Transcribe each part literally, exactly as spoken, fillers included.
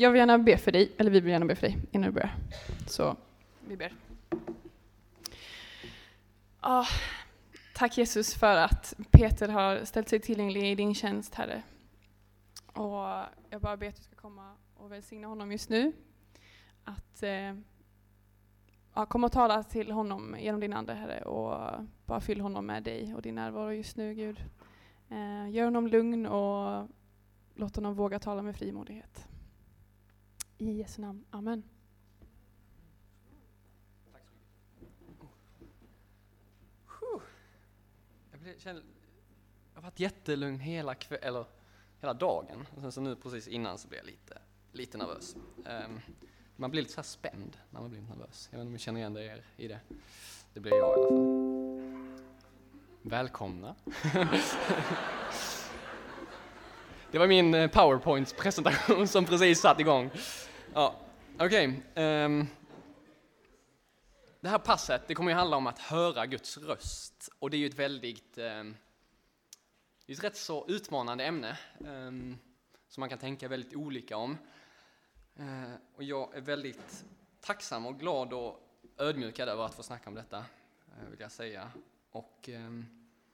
jag vill gärna be för dig, eller vi vill gärna be för dig innan du börjar. Så vi ber. Oh, tack Jesus för att Peter har ställt sig tillgänglig i din tjänst, Herre. Och jag bara ber att du ska komma och välsigna honom just nu. Att eh, ja, komma och tala till honom genom din ande, Herre. Och bara fyll honom med dig och din närvaro just nu, Gud. Eh, gör honom lugn och låt honom våga tala med frimodighet. I Jesu namn. Amen. Tack så mycket. Jag, blev, kände, jag har varit jättelugn hela, kväll, eller, hela dagen. Och sen så nu precis innan så blev jag lite, lite nervös. Um, man blir lite så här spänd när man blir nervös. Jag vet inte om ni känner igen er i det. Det blir jag i alla fall. Välkomna. Det var min PowerPoint-presentation som precis satt igång. Ja, okej. Okay. Um, det här passet, det kommer ju handla om att höra Guds röst. Och det är ju ett väldigt, um, det är ett rätt så utmanande ämne. Um, som man kan tänka väldigt olika om. Uh, och jag är väldigt tacksam och glad och ödmjukad över att få snacka om detta, uh, vill jag säga. Och... Um,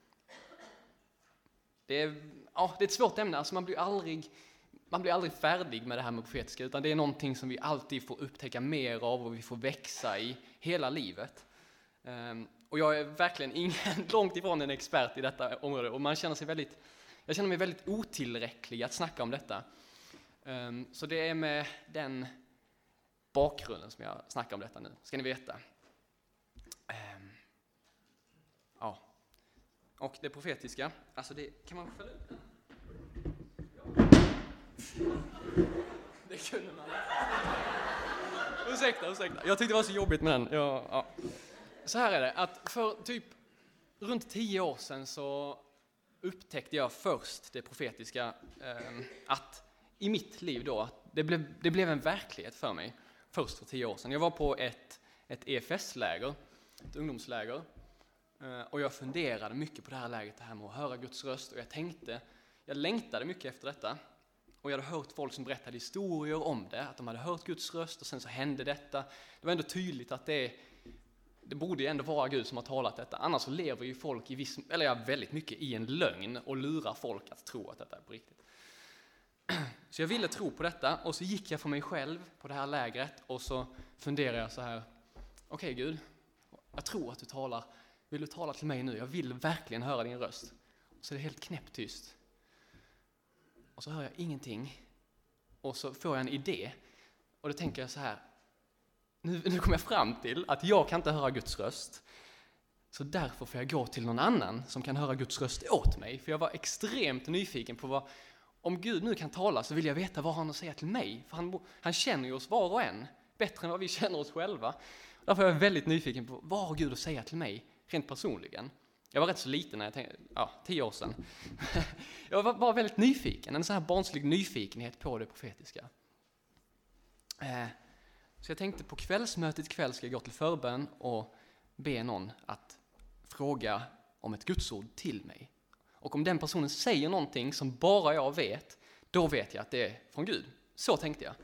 Det är, ja, det är ett svårt ämne, alltså man blir aldrig, man blir aldrig färdig med det här med profetiska, utan det är någonting som vi alltid får upptäcka mer av och vi får växa i hela livet. Um, och jag är verkligen ingen, långt ifrån en expert i detta område, och man känner sig väldigt, jag känner mig väldigt otillräcklig att snacka om detta. Um, så det är med den bakgrunden som jag snackar om detta nu, ska ni veta. Um, ja. Och det profetiska, alltså det kan man följa ut den. Det kunde man. ursäkta, ursäkta. Jag tyckte det var så jobbigt med den. Ja, ja. Så här är det, att för typ runt tio år sedan så upptäckte jag först det profetiska, eh, att i mitt liv då, att det blev, det blev en verklighet för mig först för tio år sedan. Jag var på ett, ett E F S-läger, ett ungdomsläger. Och jag funderade mycket på det här läget, det här med att höra Guds röst. Och jag tänkte, jag längtade mycket efter detta. Och jag hade hört folk som berättade historier om det. Att de hade hört Guds röst och sen så hände detta. Det var ändå tydligt att det, det borde ju ändå vara Gud som har talat detta. Annars så lever ju folk i viss, eller ja, väldigt mycket i en lögn och lurar folk att tro att detta är på riktigt. Så jag ville tro på detta och så gick jag för mig själv på det här lägret. Och så funderade jag så här, okej okay, Gud, jag tror att du talar. Vill du tala till mig nu? Jag vill verkligen höra din röst. Så är det helt knäpptyst. Och så hör jag ingenting. Och så får jag en idé. Och då tänker jag så här. Nu, nu kommer jag fram till att jag kan inte höra Guds röst. Så därför får jag gå till någon annan som kan höra Guds röst åt mig. För jag var extremt nyfiken på vad... Om Gud nu kan tala så vill jag veta vad han har att säga till mig. För han, han känner ju oss var och en. Bättre än vad vi känner oss själva. Därför är jag väldigt nyfiken på vad har Gud att säga till mig. Rent personligen. Jag var rätt så liten när jag tänkte, ja, tio år sedan. Jag var bara väldigt nyfiken, en sån här barnslig nyfikenhet på det profetiska. Eh, så jag tänkte på kvällsmötet ikväll ska jag gå till förbön och be någon att fråga om ett gudsord till mig. Och om den personen säger någonting som bara jag vet, då vet jag att det är från Gud. Så tänkte jag.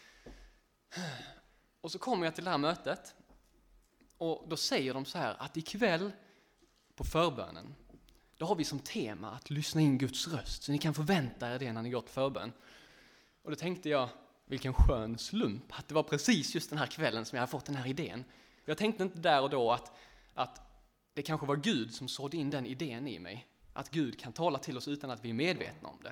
Och så kommer jag till det här mötet. Och då säger de så här att ikväll på förbönen, då har vi som tema att lyssna in Guds röst. Så ni kan förvänta er det när ni går till förbön. Och då tänkte jag, vilken skön slump att det var precis just den här kvällen som jag hade fått den här idén. Jag tänkte inte där och då att, att det kanske var Gud som sådde in den idén i mig. Att Gud kan tala till oss utan att vi är medvetna om det.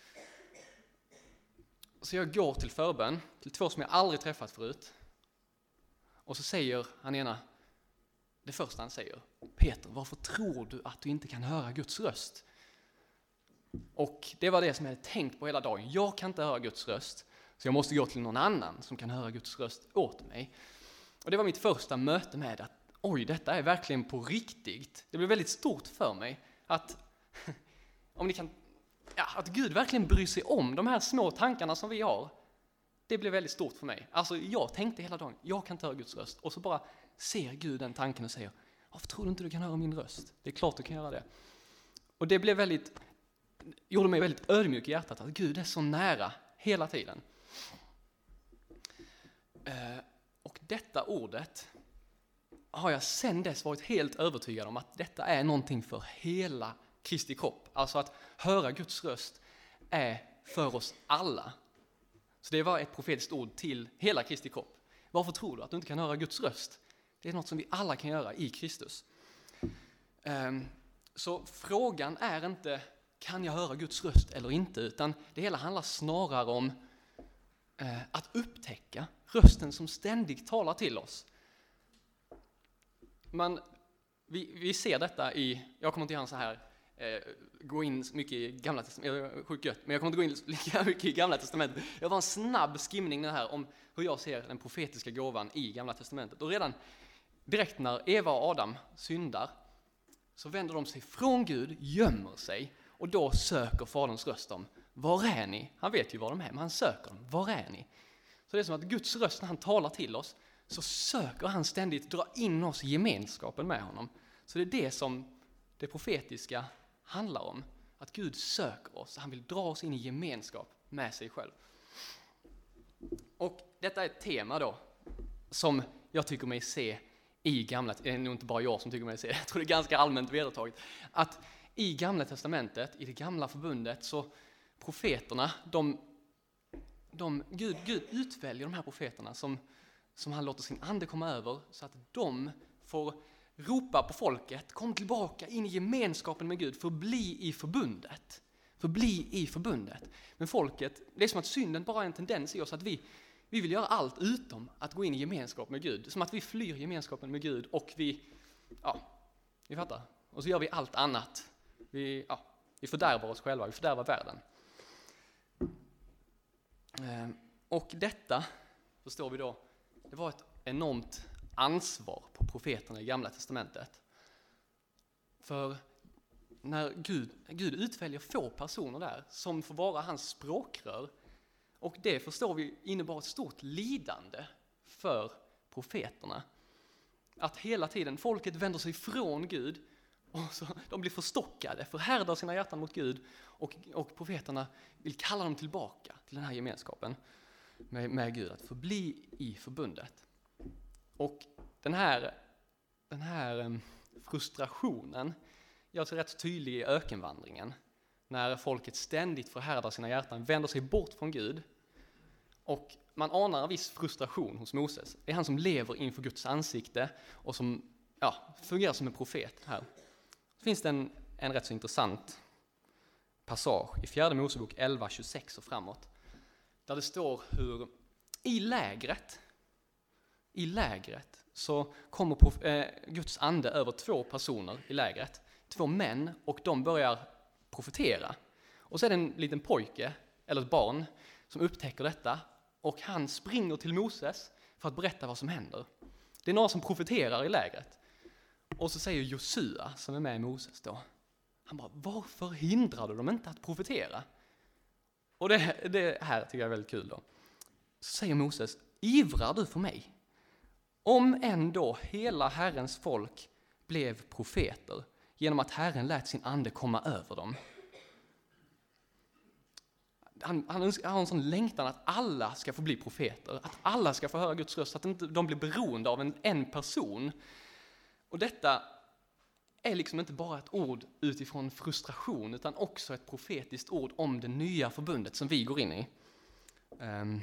Så jag går till förbön, till två som jag aldrig träffat förut. Och så säger han ena, det första han säger, Peter, varför tror du att du inte kan höra Guds röst? Och det var det som jag hade tänkt på hela dagen. Jag kan inte höra Guds röst, så jag måste gå till någon annan som kan höra Guds röst åt mig. Och det var mitt första möte med att, oj, detta är verkligen på riktigt. Det blev väldigt stort för mig att, om ni kan, ja, att Gud verkligen bryr sig om de här små tankarna som vi har. Det blev väldigt stort för mig. Alltså jag tänkte hela dagen, jag kan inte höra Guds röst. Och så bara ser Gud den tanken och säger, varför tror du inte du kan höra min röst? Det är klart du kan göra det. Och det blev väldigt, gjorde mig väldigt ödmjuk i hjärtat att Gud är så nära hela tiden. Eh, och detta ordet har jag sedan dess varit helt övertygad om att detta är någonting för hela Kristi kropp. Alltså att höra Guds röst är för oss alla. Så det var ett profetiskt ord till hela Kristi kropp. Varför tror du att du inte kan höra Guds röst? Det är något som vi alla kan göra i Kristus. Um, så frågan är inte, kan jag höra Guds röst eller inte? Utan det hela handlar snarare om uh, att upptäcka rösten som ständigt talar till oss. Man, vi, vi ser detta i, jag kommer inte göra så här, eh, gå in mycket i Gamla testamentet, sjukt gött, men jag kommer inte gå in lika mycket i Gamla testamentet. Jag var en snabb skimning det här om hur jag ser den profetiska gåvan i Gamla testamentet. Och redan direkt när Eva och Adam syndar så vänder de sig från Gud, gömmer sig och då söker faderns röst om, var är ni? Han vet ju var de är, men han söker dem, var är ni? Så det är som att Guds röst när han talar till oss så söker han ständigt dra in oss i gemenskapen med honom. Så det är det som det profetiska handlar om. Att Gud söker oss, han vill dra oss in i gemenskap med sig själv. Och detta är ett tema då som jag tycker mig se i Gamla, det är nog inte bara jag som tycker mig se, jag tror det är ganska allmänt vedertaget, att i Gamla testamentet, i det gamla förbundet, så profeterna, de, de, Gud, Gud utväljer de här profeterna som, som han låter sin ande komma över så att de får ropa på folket, kom tillbaka in i gemenskapen med Gud, förbli i förbundet. Förbli i förbundet. Men folket, det är som att synden bara är en tendens i oss att vi, vi vill göra allt utom att gå in i gemenskap med Gud. Som att vi flyr gemenskapen med Gud och vi, ja, vi fattar. Och så gör vi allt annat. Vi, ja, vi fördärvar oss själva, vi fördärvar världen. Och detta, förstår vi då, det var ett enormt ansvar på profeterna i Gamla testamentet. För när Gud, Gud utväljer få personer där som får vara hans språkrör, och det förstår vi innebar ett stort lidande för profeterna. Att hela tiden folket vänder sig från Gud och så, de blir förstockade, förhärdar sina hjärtan mot Gud och, och profeterna vill kalla dem tillbaka till den här gemenskapen med, med Gud, att förbli i förbundet. Och den här, den här frustrationen gör sig rätt tydlig i ökenvandringen. När folket ständigt förhärdar sina hjärtan, vänder sig bort från Gud. Och man anar en viss frustration hos Moses. Det är han som lever inför Guds ansikte och som ja, fungerar som en profet här. Så finns det en, en rätt så intressant passage i fjärde Mosebok elva tjugosex och framåt. Där det står hur i lägret, i lägret så kommer prof, eh, Guds ande över två personer i lägret. Två män, och de börjar profetera. Och så är det en liten pojke, eller ett barn, som upptäcker detta. Och han springer till Moses för att berätta vad som händer. Det är några som profeterar i lägret. Och så säger Josua, som är med i Moses då, han bara, varför hindrade de inte att profetera? Och det, det här tycker jag är väldigt kul då. Så säger Moses, ivrar du för mig? Om ändå hela Herrens folk blev profeter genom att Herren lät sin ande komma över dem. Han, han har en sån längtan att alla ska få bli profeter, att alla ska få höra Guds röst, att inte de blir beroende av en, en person. Och detta är liksom inte bara ett ord utifrån frustration, utan också ett profetiskt ord om det nya förbundet som vi går in i. Um,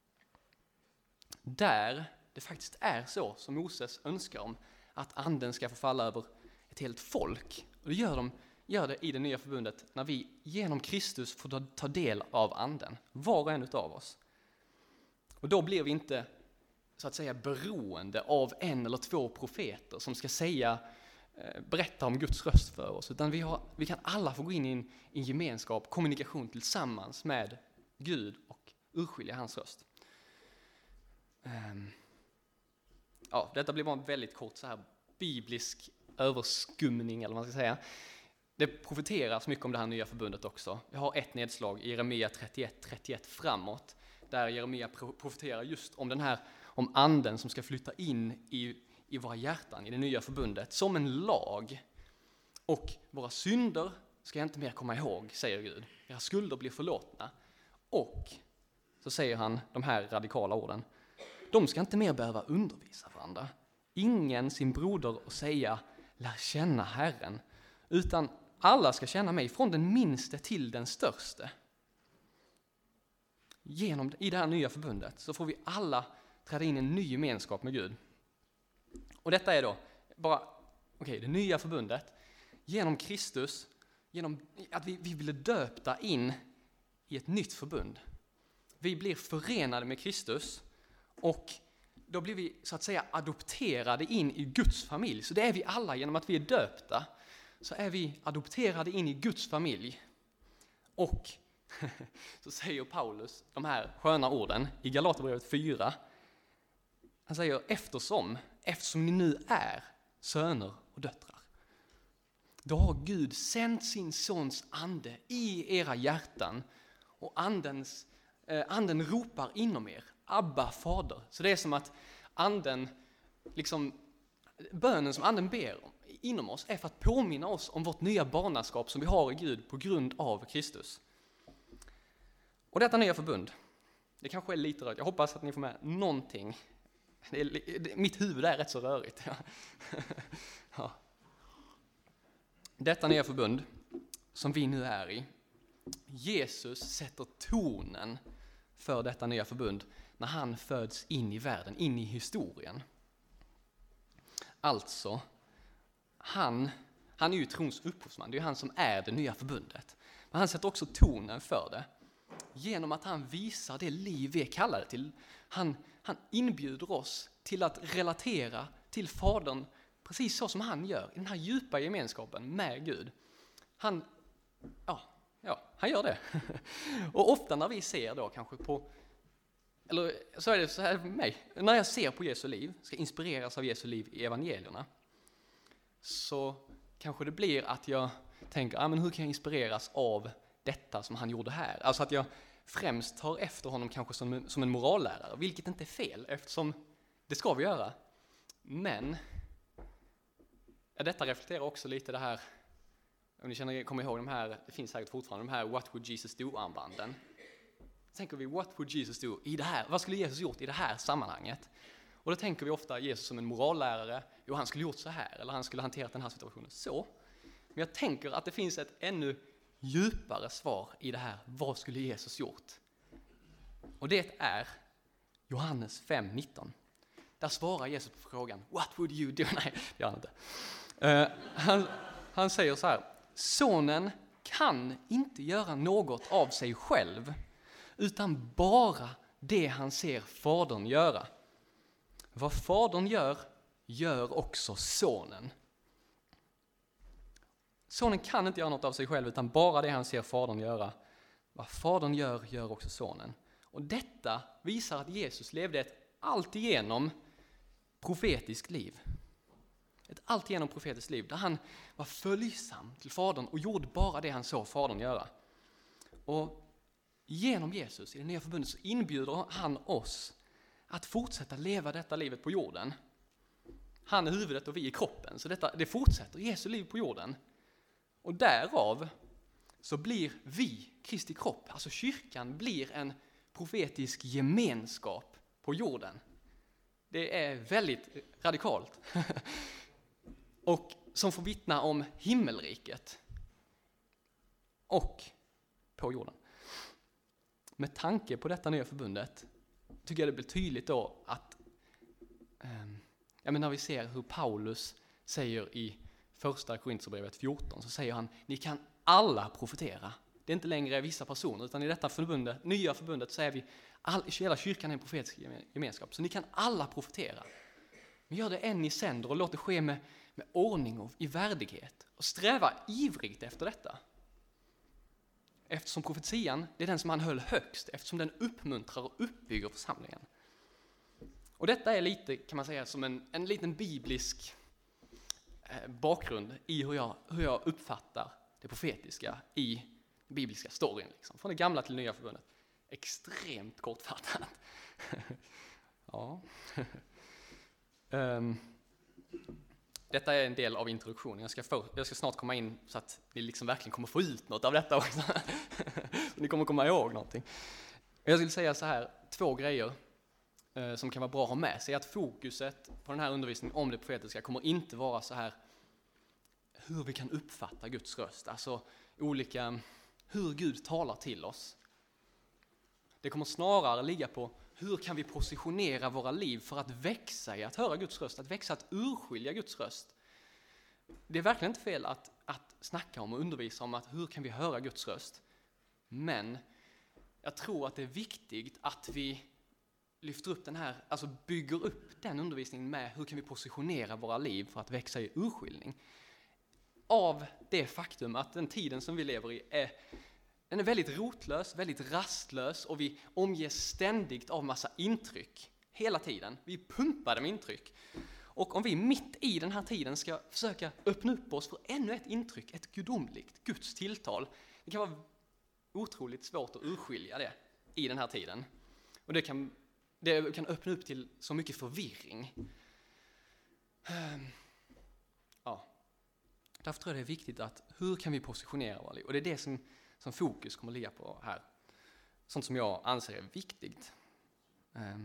där det faktiskt är så som Moses önskar om, att anden ska få falla över ett helt folk. Och det gör, de, gör det i det nya förbundet när vi genom Kristus får ta del av anden, var och en av oss. Och då blir vi inte så att säga beroende av en eller två profeter som ska säga, berätta om Guds röst för oss, utan vi, har, vi kan alla få gå in i en, i en gemenskap, kommunikation tillsammans med Gud och urskilja hans röst. Um, ja, detta blir bara en väldigt kort så här biblisk överskumning eller vad man ska säga. Det profeteras mycket om det här nya förbundet också. Jag har ett nedslag i Jeremia trettioett trettioett framåt, där Jeremia profeterar just om den här, om anden som ska flytta in i, i våra hjärtan i det nya förbundet som en lag. Och våra synder ska jag inte mer komma ihåg, säger Gud. Era skulder blir förlåtna. Och så säger han de här radikala orden. de ska inte mer behöva undervisa varandra. Ingen sin broder och säga, lär känna Herren, utan alla ska känna mig från den minste till den störste. Genom i det här nya förbundet så får vi alla träda in i en ny gemenskap med Gud. Och detta är då bara, okej, okay, det nya förbundet. Genom Kristus, genom att vi, vi blir döpta in i ett nytt förbund. Vi blir förenade med Kristus och då blir vi så att säga adopterade in i Guds familj. Så det är vi alla genom att vi är döpta. Så är vi adopterade in i Guds familj. Och så säger Paulus de här sköna orden i Galaterbrevet fyra. Han säger eftersom, eftersom ni nu är söner och döttrar. Då har Gud sänt sin sons ande i era hjärtan och andens, eh, anden ropar inom er, Abba, fader. Så det är som att anden, liksom bönen som anden ber inom oss är för att påminna oss om vårt nya barnaskap som vi har i Gud på grund av Kristus. Och detta nya förbund, det kanske är lite rörigt. Jag hoppas att ni får med någonting. Det är, det, mitt huvud är rätt så rörigt. Ja. Detta nya förbund som vi nu är i, Jesus sätter tonen för detta nya förbund när han föds in i världen, in i historien. Alltså, han, han är ju trons upphovsman, det är han som är det nya förbundet. Men han sätter också tonen för det genom att han visar det liv vi är kallade till. Han, han inbjuder oss till att relatera till Fadern precis så som han gör i den här djupa gemenskapen med Gud. Han, ja, ja, han gör det. Och ofta när vi ser då kanske på, eller så är det så här för mig, när jag ser på Jesu liv, ska inspireras av Jesu liv i evangelierna, så kanske det blir att jag tänker, ah, men hur kan jag inspireras av detta som han gjorde här? Alltså att jag främst tar efter honom kanske som, som en morallärare, vilket inte är fel eftersom det ska vi göra. Men ja, detta reflekterar också lite det här, om ni känner, kommer ihåg de här, det finns säkert fortfarande de här What would Jesus do-armbanden. Tänker vi, what would Jesus do i det här? Vad skulle Jesus gjort i det här sammanhanget? Och då tänker vi ofta Jesus som en morallärare. Jo, han skulle gjort så här, eller han skulle hanterat den här situationen så. Men jag tänker att det finns ett ännu djupare svar i det här. Vad skulle Jesus gjort? Och det är Johannes fem nitton. Där svarar Jesus på frågan, what would you do? Nej, det gör han inte. Uh, han, han säger så här, sonen kan inte göra något av sig själv, utan bara det han ser fadern göra. Vad fadern gör, gör också sonen. Sonen kan inte göra något av sig själv, utan bara det han ser fadern göra. Vad fadern gör, gör också sonen. Och detta visar att Jesus levde ett alltigenom profetiskt liv. Ett alltigenom profetiskt liv där han var följsam till fadern och gjorde bara det han såg fadern göra. Och genom Jesus i det nya förbundet så inbjuder han oss att fortsätta leva detta livet på jorden. Han är huvudet och vi är kroppen, så detta, det fortsätter Jesu liv på jorden. Och därav så blir vi Kristi kropp, alltså kyrkan blir en profetisk gemenskap på jorden. Det är väldigt radikalt. Och som får vittna om himmelriket och på jorden. Med tanke på detta nya förbundet tycker jag det blir tydligt då att eh, ja, men när vi ser hur Paulus säger i första Korinthierbrevet fjorton, så säger han, ni kan alla profetera. Det är inte längre vissa personer, utan i detta förbundet, nya förbundet så är vi, all, hela kyrkan är en profetisk gemenskap. Så ni kan alla profetera. Men gör det en i sänder och låt det ske med, med ordning och i värdighet. Och sträva ivrigt efter detta. Eftersom profetian, det är den som han höll högst, eftersom den uppmuntrar och uppbygger församlingen. Och detta är lite, kan man säga, som en, en liten biblisk eh, bakgrund i hur jag, hur jag uppfattar det profetiska i den bibliska storyn. Liksom. Från det gamla till det nya förbundet. Extremt kortfattat. Ja. um, detta är en del av introduktionen. Jag ska, få, jag ska snart komma in så att ni liksom verkligen kommer få ut något av detta också. Ni kommer komma ihåg någonting. Jag skulle säga så här, två grejer eh, som kan vara bra att ha med sig, att fokuset på den här undervisningen om det profetiska kommer inte vara så här hur vi kan uppfatta Guds röst, alltså olika, hur Gud talar till oss. Det kommer snarare ligga på hur kan vi positionera våra liv för att växa i att höra Guds röst, att växa att urskilja Guds röst. Det är verkligen inte fel att, att snacka om och undervisa om att hur kan vi höra Guds röst. Men jag tror att det är viktigt att vi lyfter upp den här, alltså bygger upp den undervisningen med hur kan vi positionera våra liv för att växa i urskiljning. Av det faktum att den tiden som vi lever i är, den är väldigt rotlös, väldigt rastlös och vi omges ständigt av massa intryck hela tiden. Vi är pumpade med intryck. Och om vi mitt i den här tiden ska försöka öppna upp oss för ännu ett intryck, ett gudomligt, Guds tilltal, det kan vara otroligt svårt att urskilja det i den här tiden. Och det kan, det kan öppna upp till så mycket förvirring. Ja. Därför tror jag det är viktigt att hur kan vi positionera våra liv? Och det är det som, som fokus kommer att ligga på här. Sånt som jag anser är viktigt. Um.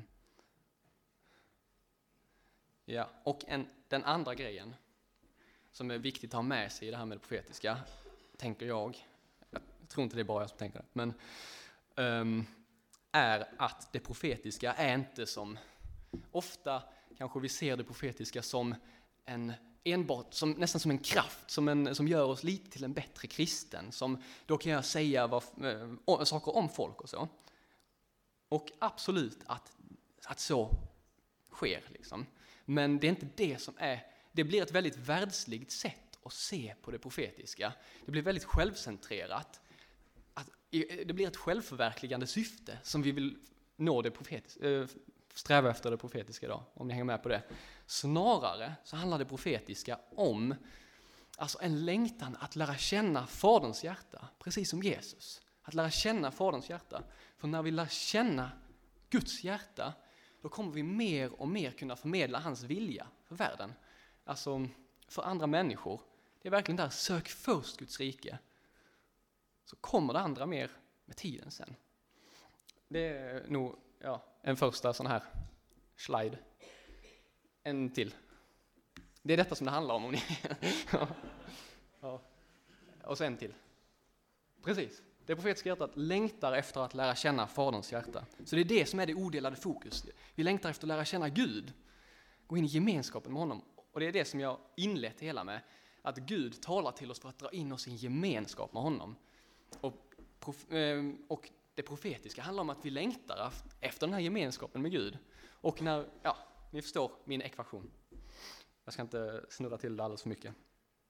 Ja, och en, den andra grejen som är viktigt att ha med sig i det här med det profetiska, tänker jag, jag tror inte det är bara jag som tänker det, men um, är att det profetiska är inte som, ofta kanske vi ser det profetiska som en enbart, som, nästan som en kraft som, en, som gör oss lite till en bättre kristen, som då kan jag säga vad, äh, saker om folk och så. Och absolut att, att så sker liksom. Men det är inte det som är, det blir ett väldigt världsligt sätt att se på det profetiska. Det blir väldigt självcentrerat. Att, det blir ett självförverkligande syfte som vi vill nå det profetiska, sträva efter det profetiska då, om ni hänger med på det. Snarare så handlar det profetiska om alltså en längtan att lära känna Faderns hjärta, precis som Jesus. Att lära känna Faderns hjärta. För när vi lär känna Guds hjärta, då kommer vi mer och mer kunna förmedla hans vilja för världen. Alltså för andra människor. Det är verkligen där, sök först Guds rike. Så kommer det andra mer med tiden sen. Det är nog ja, en första sån här slide. En till. Det är detta som det handlar om. om ni ja. Ja. Och sen till. Precis. Det profetiska hjärtat längtar efter att lära känna Faderns hjärta. Så det är det som är det odelade fokus. Vi längtar efter att lära känna Gud. Gå in i gemenskapen med honom. Och det är det som jag inlett hela med. Att Gud talar till oss för att dra in oss i en gemenskap med honom. Och, och det profetiska handlar om att vi längtar efter den här gemenskapen med Gud. Och när, ja, ni förstår min ekvation. Jag ska inte snurra till det alldeles för mycket.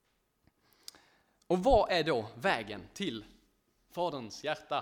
Och vad är då vägen till Faderns hjärta?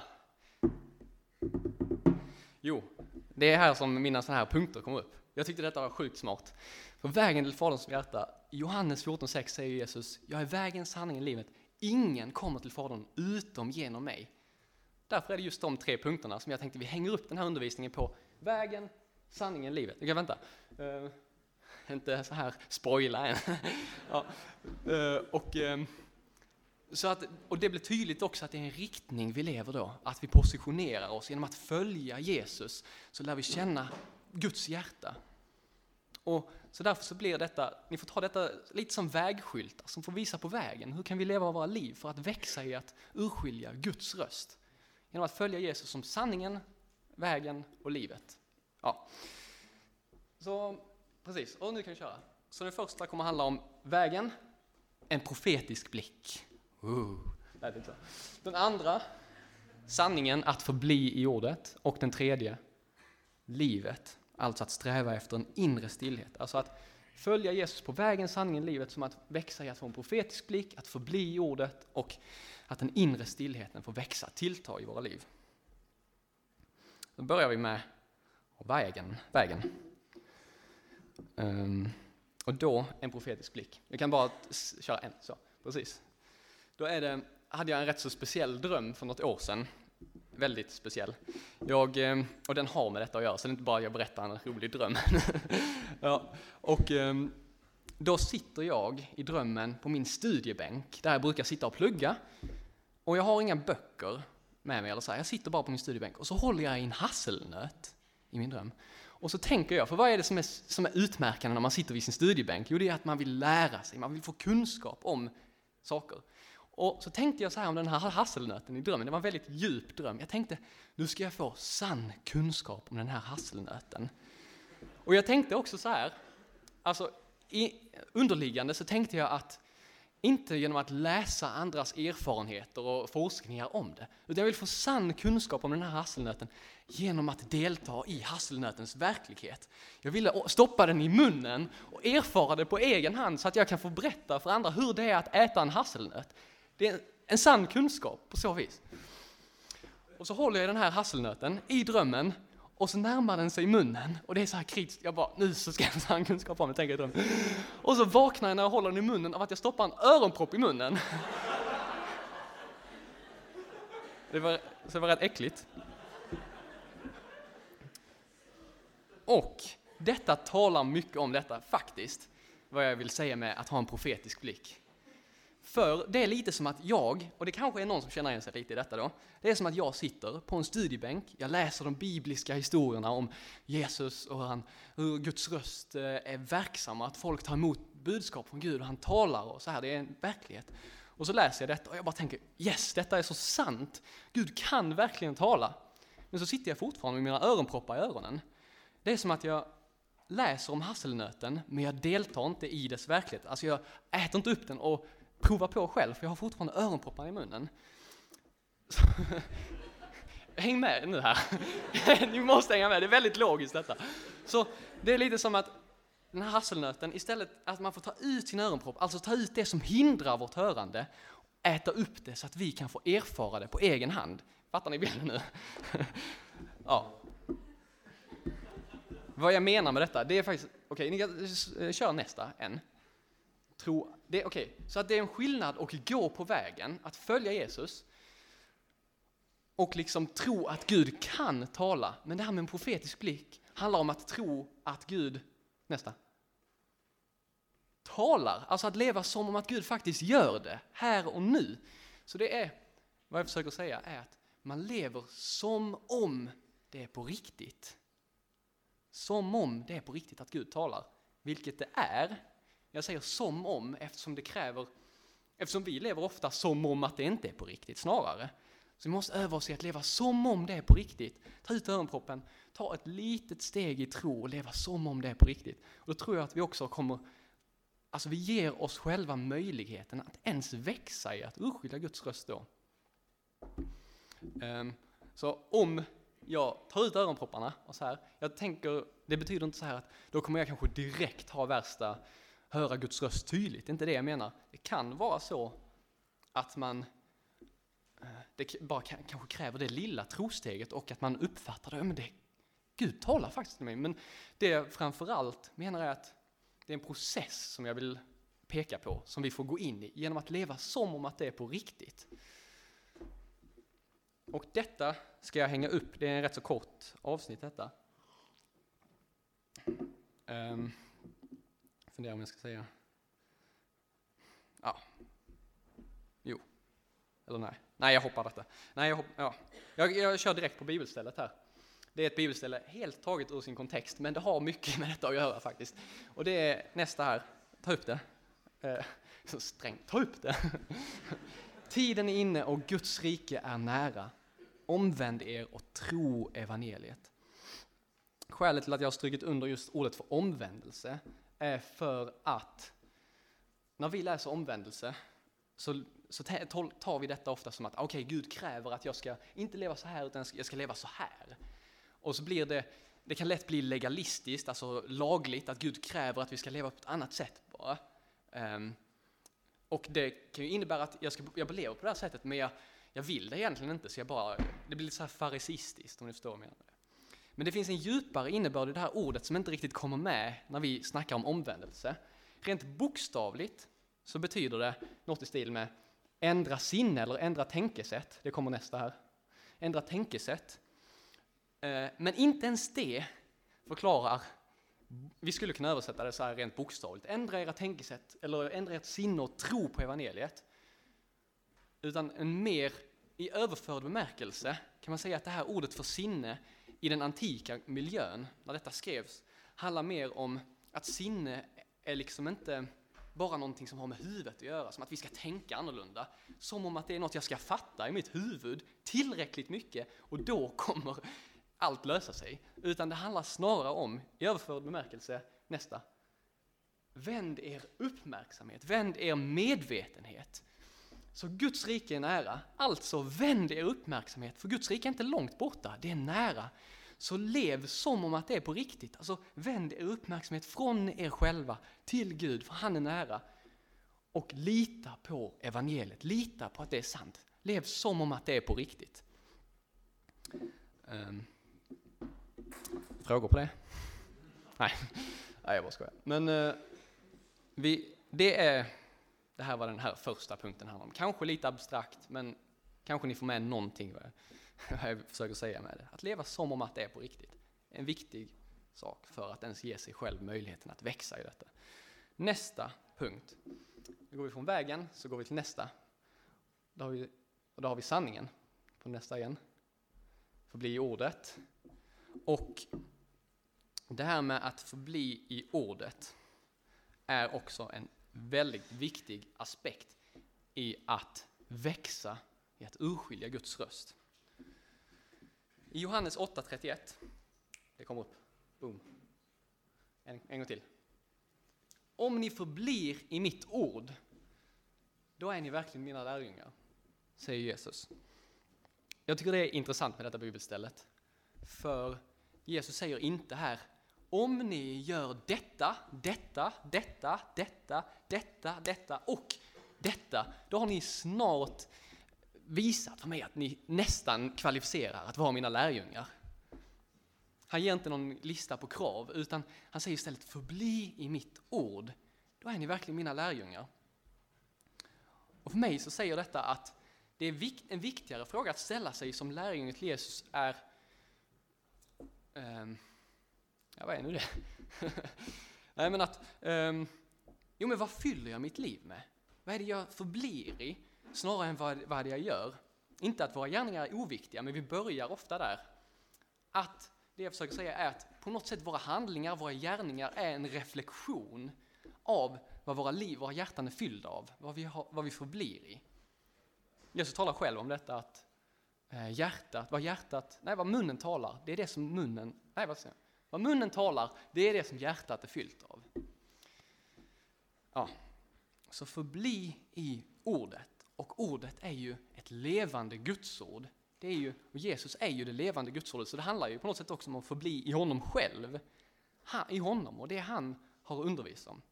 Jo, det är här som mina sådana här punkter kommer upp. Jag tyckte detta var sjukt smart. För vägen till Faderns hjärta, i Johannes fjorton sex säger Jesus, jag är vägen, sanningen, livet. Ingen kommer till Fadern utom genom mig. Därför är det just de tre punkterna som jag tänkte vi hänger upp den här undervisningen på. Vägen, sanningen, livet. Jag kan vänta. Uh, inte så här spoila än. ja. uh, och... Uh, Så att, och det blir tydligt också att det är en riktning vi lever då. Att vi positionerar oss genom att följa Jesus. Så lär vi känna Guds hjärta. Och så därför så blir detta, ni får ta detta lite som vägskyltar som får visa på vägen. Hur kan vi leva våra liv för att växa i att urskilja Guds röst? Genom att följa Jesus som sanningen, vägen och livet. Ja. Så precis, och nu kan vi köra. Så den första kommer handla om vägen, en profetisk blick. Uh, det är inte. Den andra, sanningen att förbli i ordet. Och den tredje, livet. Alltså att sträva efter en inre stillhet. Alltså att följa Jesus på vägen, sanningen, livet. Som att växa i att få en profetisk blick, att förbli i ordet. Och att den inre stillheten får växa, tillta i våra liv. Då börjar vi med vägen. vägen. Um, och då en profetisk blick. Vi kan bara köra en, så, precis. Då är det, hade jag en rätt så speciell dröm för något år sedan. Väldigt speciell. Jag, och den har med detta att göra, så det är inte bara att jag berättar en rolig dröm. ja, och då sitter jag i drömmen på min studiebänk, där jag brukar sitta och plugga. Och jag har inga böcker med mig, eller så här. Jag sitter bara på min studiebänk och så håller jag i en hasselnöt i min dröm. Och så tänker jag, för vad är det som är, som är utmärkande när man sitter vid sin studiebänk? Jo, det är att man vill lära sig, man vill få kunskap om saker. Och så tänkte jag så här om den här hasselnöten i drömmen. Det var en väldigt djup dröm. Jag tänkte, nu ska jag få sann kunskap om den här hasselnöten. Och jag tänkte också så här, alltså i underliggande så tänkte jag att inte genom att läsa andras erfarenheter och forskningar om det, utan jag vill få sann kunskap om den här hasselnöten genom att delta i hasselnötens verklighet. Jag ville stoppa den i munnen och erfara det på egen hand så att jag kan få berätta för andra hur det är att äta en hasselnöt. Det är en sann kunskap på så vis. Och så håller jag den här hasselnöten i drömmen och så närmar den sig i munnen och det är så här kritiskt. Jag bara, nu så ska jag ha sann kunskap om det, tänker jag i drömmen. Och så vaknar jag när jag håller den i munnen av att jag stoppar en öronpropp i munnen. Det var, så det var rätt äckligt. Och detta talar mycket om detta faktiskt, vad jag vill säga med att ha en profetisk blick. För det är lite som att jag, och det kanske är någon som känner igen sig lite i detta då, det är som att jag sitter på en studiebänk, jag läser de bibliska historierna om Jesus och han, hur Guds röst är verksam, att folk tar emot budskap från Gud och han talar och så här, det är en verklighet. Och så läser jag detta och jag bara tänker, yes, detta är så sant, Gud kan verkligen tala. Men så sitter jag fortfarande med mina öronproppar i öronen. Det är som att jag läser om hasselnöten, men jag deltar inte i dess verklighet. Alltså jag äter inte upp den och provar på själv, för jag har fortfarande öronproppar i munnen. Så, häng med nu här. Ni måste hänga med, det är väldigt logiskt detta. Så det är lite som att den här hasselnöten, istället att man får ta ut sin öronpropp, alltså ta ut det som hindrar vårt hörande, äta upp det så att vi kan få erfara det på egen hand. Fattar ni bilden nu? Ja. Vad jag menar med detta, det är faktiskt, okej, okay, ni kan köra nästa en. Tro, det, okay, så att det är en skillnad att gå på vägen, att följa Jesus och liksom tro att Gud kan tala. Men det här med en profetisk blick handlar om att tro att Gud, nästa, talar. Alltså att leva som om att Gud faktiskt gör det, här och nu. Så det är, vad jag försöker säga är att man lever som om det är på riktigt. Som om det är på riktigt att Gud talar, vilket det är. Jag säger som om eftersom det kräver, eftersom vi lever ofta som om att det inte är på riktigt snarare. Så vi måste öva oss i att leva som om det är på riktigt. Ta ut öronproppen, ta ett litet steg i tro och leva som om det är på riktigt. Och då tror jag att vi också kommer, alltså vi ger oss själva möjligheten att ens växa i att urskilja Guds röst då. Um, så om jag tar ut öronpropparna och så här, jag tänker, det betyder inte så här att då kommer jag kanske direkt ha värsta, höra Guds röst tydligt, det är inte det jag menar. Det kan vara så att man, det bara kanske kräver det lilla trosteget och att man uppfattar det, men det, Gud talar faktiskt till mig. Men det jag framförallt menar är att det är en process som jag vill peka på, som vi får gå in i, genom att leva som om att det är på riktigt. Och detta ska jag hänga upp, det är en rätt så kort avsnitt detta. Um, funderar om jag ska säga. Ja. Jo. Eller nej. Nej, jag hoppar detta. Nej, jag, hopp, ja. jag, jag kör direkt på bibelstället här. Det är ett bibelställe helt taget ur sin kontext, men det har mycket med detta att göra faktiskt. Och det är nästa här. Ta upp det. Eh, så strängt. Ta upp det. Tiden är inne och Guds rike är nära. Omvänd er och tro evangeliet. Skälet till att jag har strukit under just ordet för omvändelse är för att när vi läser omvändelse så, så tar vi detta ofta som att okej, okay, Gud kräver att jag ska inte leva så här utan jag ska leva så här. Och så blir det, det kan lätt bli legalistiskt, alltså lagligt, att Gud kräver att vi ska leva på ett annat sätt bara. Um, och det kan ju innebära att jag, ska, jag lever på det här sättet, men jag, jag vill det egentligen inte, så jag bara, det blir lite så här farisistiskt om ni förstår vad jag menar. Men det finns en djupare innebörd i det här ordet som inte riktigt kommer med när vi snackar om omvändelse. Rent bokstavligt så betyder det något i stil med ändra sinne eller ändra tänkesätt. Det kommer nästa här. Ändra tänkesätt. Men inte ens det förklarar, vi skulle kunna översätta det så här rent bokstavligt. Ändra era tänkesätt eller ändra ert sinne och tro på evangeliet. Utan en mer i överförd bemärkelse kan man säga att det här ordet för sinne i den antika miljön, när detta skrevs, handlar mer om att sinne är liksom inte bara någonting som har med huvudet att göra, som att vi ska tänka annorlunda, som om att det är något jag ska fatta i mitt huvud tillräckligt mycket och då kommer allt lösa sig. Utan det handlar snarare om, i överförd bemärkelse, nästa. Vänd er uppmärksamhet, vänd er medvetenhet. Så Guds rike är nära, alltså vänd er uppmärksamhet, för Guds rike är inte långt borta, det är nära. Så lev som om att det är på riktigt, alltså vänd er uppmärksamhet från er själva till Gud, för han är nära. Och lita på evangeliet, lita på att det är sant. Lev som om att det är på riktigt. Um, frågor på det? Nej, Nej jag bara skojar. Men uh, vi, det är... Det här var den här första punkten handlar om. Kanske lite abstrakt, men kanske ni får med någonting vad jag försöker säga med det. Att leva som om att det är på riktigt. En viktig sak för att ens ge sig själv möjligheten att växa i detta. Nästa punkt. Nu går vi från vägen, så går vi till nästa. Då har vi, och då har vi sanningen på nästa igen. Förbli i ordet. Och det här med att förbli i ordet är också en väldigt viktig aspekt i att växa, i att urskilja Guds röst. I Johannes åtta trettioett, det kommer upp, boom, en, en gång till. Om ni förblir i mitt ord, då är ni verkligen mina lärjungar, säger Jesus. Jag tycker det är intressant med detta bibelstället, för Jesus säger inte här, om ni gör detta, detta, detta, detta, detta, detta och detta, då har ni snart visat för mig att ni nästan kvalificerar att vara mina lärjungar. Han ger inte någon lista på krav, utan han säger istället förbli i mitt ord. Då är ni verkligen mina lärjungar. Och för mig så säger detta att det är vik- en viktigare fråga att ställa sig som lärjunge till Jesus är... Um, Ja, vad är nu det? Nej, men att, um, jo men vad fyller jag mitt liv med? Vad är det jag förblir i? Snarare än vad, vad det jag gör. Inte att våra gärningar är oviktiga, men vi börjar ofta där. Att det jag försöker säga är att på något sätt våra handlingar, våra gärningar är en reflektion av vad våra liv, våra hjärtan är fyllda av. Vad vi, har, vad vi förblir i. Jesus talar själv om detta att eh, hjärtat, vad hjärtat, nej vad munnen talar, det är det som munnen, nej vad säger jag? Vad munnen talar, det är det som hjärtat är fyllt av. Ja, så förbli i ordet. Och ordet är ju ett levande gudsord. Det är ju, och Jesus är ju det levande gudsordet, så det handlar ju på något sätt också om att förbli i honom själv. Han, I honom, och det han har undervisat om.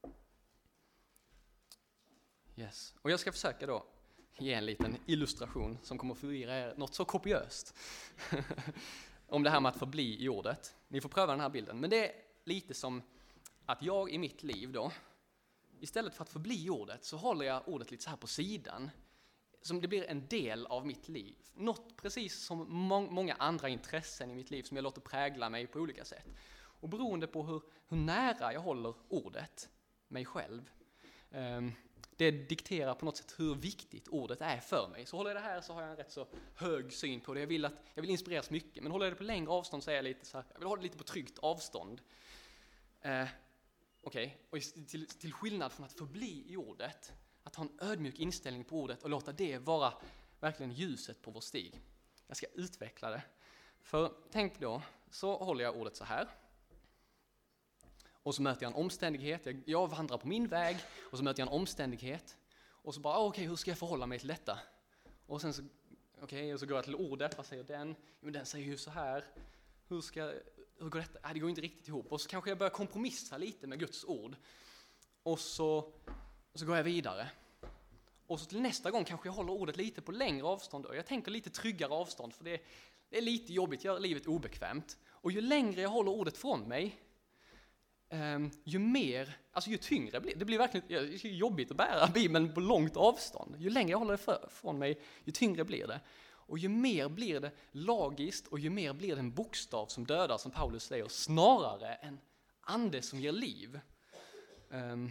Yes. Och jag ska försöka då ge en liten illustration som kommer att förvirra er något så kopiöst. Om det här med att förbli i ordet. Ni får pröva den här bilden. Men det är lite som att jag i mitt liv då, istället för att förbli i ordet, så håller jag ordet lite så här på sidan. Som det blir en del av mitt liv. Något precis som må- många andra intressen i mitt liv som jag låter prägla mig på olika sätt. Och beroende på hur, hur nära jag håller ordet, mig själv, um, det dikterar på något sätt hur viktigt ordet är för mig. Så håller jag det här så har jag en rätt så hög syn på det. Jag vill, att, jag vill inspireras mycket. Men håller jag det på längre avstånd så är jag lite så här, jag vill ha det lite på tryggt avstånd. Eh, Okej, okay. Och till, till skillnad från att förbli i ordet, att ha en ödmjuk inställning på ordet och låta det vara verkligen ljuset på vår stig. Jag ska utveckla det. För tänk då, så håller jag ordet så här. Och så möter jag en omständighet, jag, jag vandrar på min väg och så möter jag en omständighet och så bara, okej, okay, hur ska jag förhålla mig till detta? Och sen så, okej, okay, och så går jag till ordet, vad säger den? Men den säger ju så här, hur ska, hur går detta? Nej, det går inte riktigt ihop. Och så kanske jag börjar kompromissa lite med Guds ord. Och så, och så går jag vidare. Och så till nästa gång kanske jag håller ordet lite på längre avstånd och jag tänker lite tryggare avstånd för det, det är lite jobbigt, gör livet obekvämt. Och ju längre jag håller ordet från mig, Um, ju mer, alltså ju tyngre blir det. Det blir verkligen jobbigt att bära Bibeln på långt avstånd. Ju längre jag håller det för, från mig, ju tyngre blir det. Och ju mer blir det lagiskt och ju mer blir det en bokstav som dödar, som Paulus säger, snarare än ande som ger liv. Um,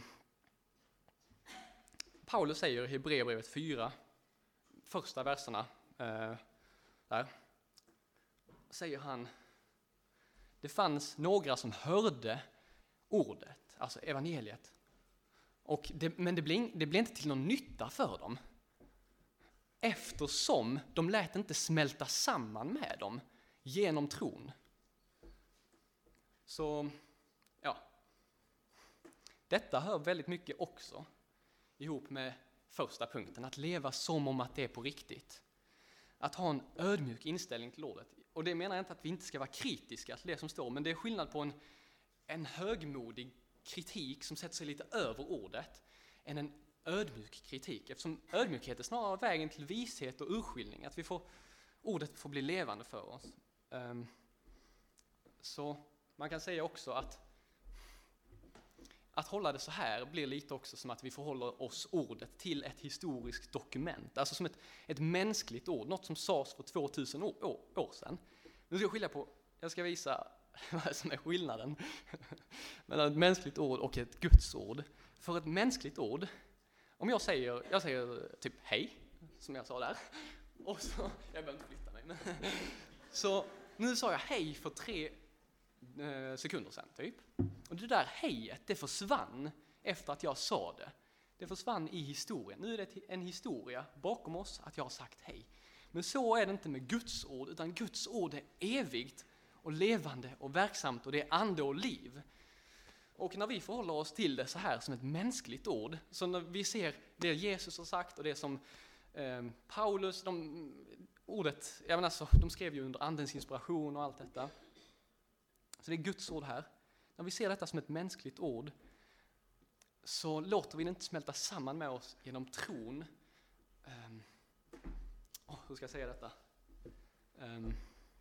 Paulus säger i Hebreerbrevet fyra, första verserna, uh, där, säger han det fanns några som hörde ordet, alltså evangeliet. Och det, men det blev, det blev inte till någon nytta för dem. Eftersom de lät inte smälta samman med dem genom tron. Så, ja. Detta hör väldigt mycket också ihop med första punkten. Att leva som om att det är på riktigt. Att ha en ödmjuk inställning till ordet. Och det menar jag inte att vi inte ska vara kritiska till det som står. Men det är skillnad på en, en högmodig kritik som sätter sig lite över ordet än en ödmjuk kritik. Eftersom ödmjukhet är snarare vägen till vishet och urskiljning. Att vi får, ordet får bli levande för oss. Um, så man kan säga också att att hålla det så här blir lite också som att vi förhåller oss ordet till ett historiskt dokument. Alltså som ett, ett mänskligt ord, något som sades för tvåtusen år, år, år sedan. Nu ska jag skilja på, jag ska visa vad som är skillnaden mellan ett mänskligt ord och ett Guds ord. För ett mänskligt ord, om jag säger, jag säger typ hej, som jag sa där, och så, jag behöver inte flytta mig, men, så nu sa jag hej för tre eh, sekunder sedan typ. Och det där hejet, det försvann efter att jag sa det. Det försvann i historien. Nu är det en historia bakom oss att jag har sagt hej. Men så är det inte med Guds ord, utan Guds ord är evigt och levande och verksamt, och det är ande och liv. Och när vi förhåller oss till det så här som ett mänskligt ord, så när vi ser det Jesus har sagt och det som eh, Paulus, de, ordet, jag menar så, de skrev ju under andens inspiration och allt detta. Så det är Guds ord här. När vi ser detta som ett mänskligt ord så låter vi det inte smälta samman med oss genom tron. Um, oh, hur ska jag säga detta? Um,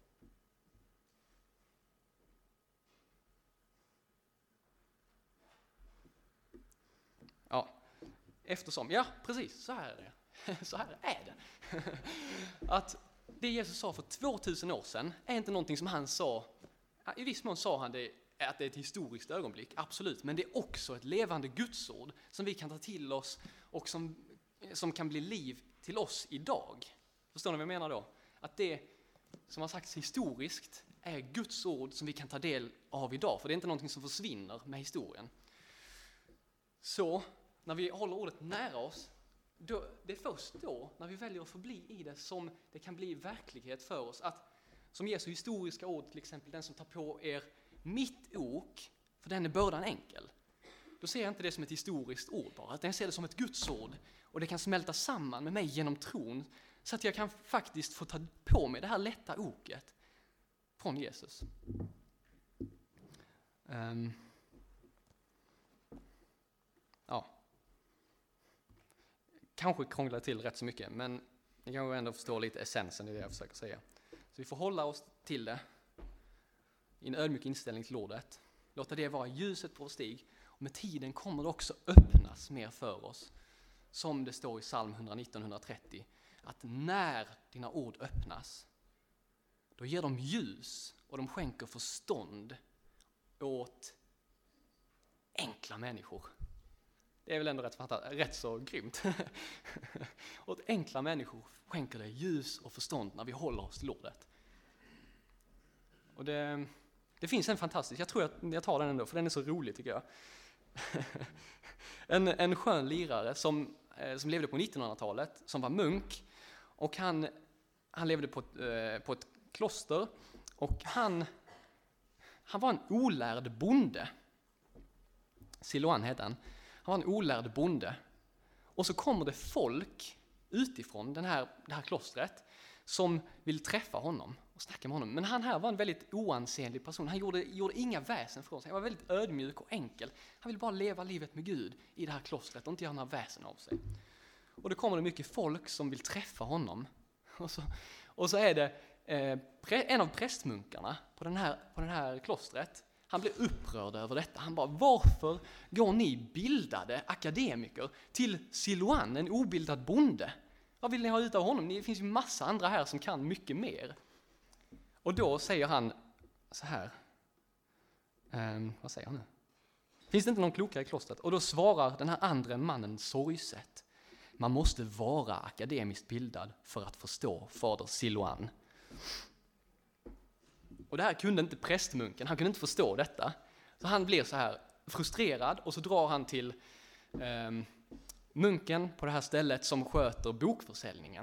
ja, eftersom, ja precis, så här är det. Så här är det. Att det Jesus sa för tvåtusen år sedan är inte någonting som han sa, i viss mån sa han det, att det är ett historiskt ögonblick, absolut. Men det är också ett levande gudsord som vi kan ta till oss och som, som kan bli liv till oss idag. Förstår ni vad jag menar då? Att det som har sagts historiskt är Guds ord som vi kan ta del av idag. För det är inte någonting som försvinner med historien. Så när vi håller ordet nära oss, då, det är först då, när vi väljer att förbli i det, som det kan bli verklighet för oss. Att, som Jesu historiska ord, till exempel den som tar på er mitt ok, för den är bördan enkel. Då ser jag inte det som ett historiskt ord bara, utan jag ser det som ett Guds ord. Och det kan smälta samman med mig genom tron, så att jag kan faktiskt få ta på mig det här lätta oket från Jesus. Um, ja. Kanske krånglar till rätt så mycket, men ni kan ändå förstå lite essensen i det jag försöker säga. Så vi får hålla oss till det i en ödmjuk inställning till ordet. Låta det vara ljuset på vår stig. Och med tiden kommer det också öppnas mer för oss. Som det står i psalm etthundranitton etthundratrettio. Att när dina ord öppnas, då ger de ljus och de skänker förstånd åt enkla människor. Det är väl ändå rätt, rätt så grymt. Åt enkla människor skänker det ljus och förstånd när vi håller oss till ordet. Och det, det finns en fantastisk, jag tror att jag tar den ändå, för den är så rolig tycker jag. en, en skön lirare som, som levde på nittonhundratalet, som var munk. Och han, han levde på ett, på ett kloster. Och han, han var en olärd bonde. Siloan hette han. Han var en olärd bonde. Och så kommer det folk utifrån den här, det här klostret som vill träffa honom och snacka med honom. Men han här var en väldigt oansenlig person. Han gjorde, gjorde inga väsen för sig. Han var väldigt ödmjuk och enkel. Han ville bara leva livet med Gud i det här klostret och inte göra några väsen av sig. Och då kommer det mycket folk som vill träffa honom. Och så, och så är det eh, en av prästmunkarna på den här, på den här klostret. Han blev upprörd över detta. Han bara, varför går ni bildade akademiker till Siloan, en obildad bonde? Vad vill ni ha ut av honom? Det finns ju massa andra här som kan mycket mer. Och då säger han så här. Um, vad säger han nu? Finns det inte någon klokare i klostret? Och då svarar den här andra mannen sorgset. Man måste vara akademiskt bildad för att förstå fader Siloan. Och det här kunde inte prästmunken, han kunde inte förstå detta. Så han blir så här frustrerad och så drar han till eh, munken på det här stället som sköter bokförsäljningen.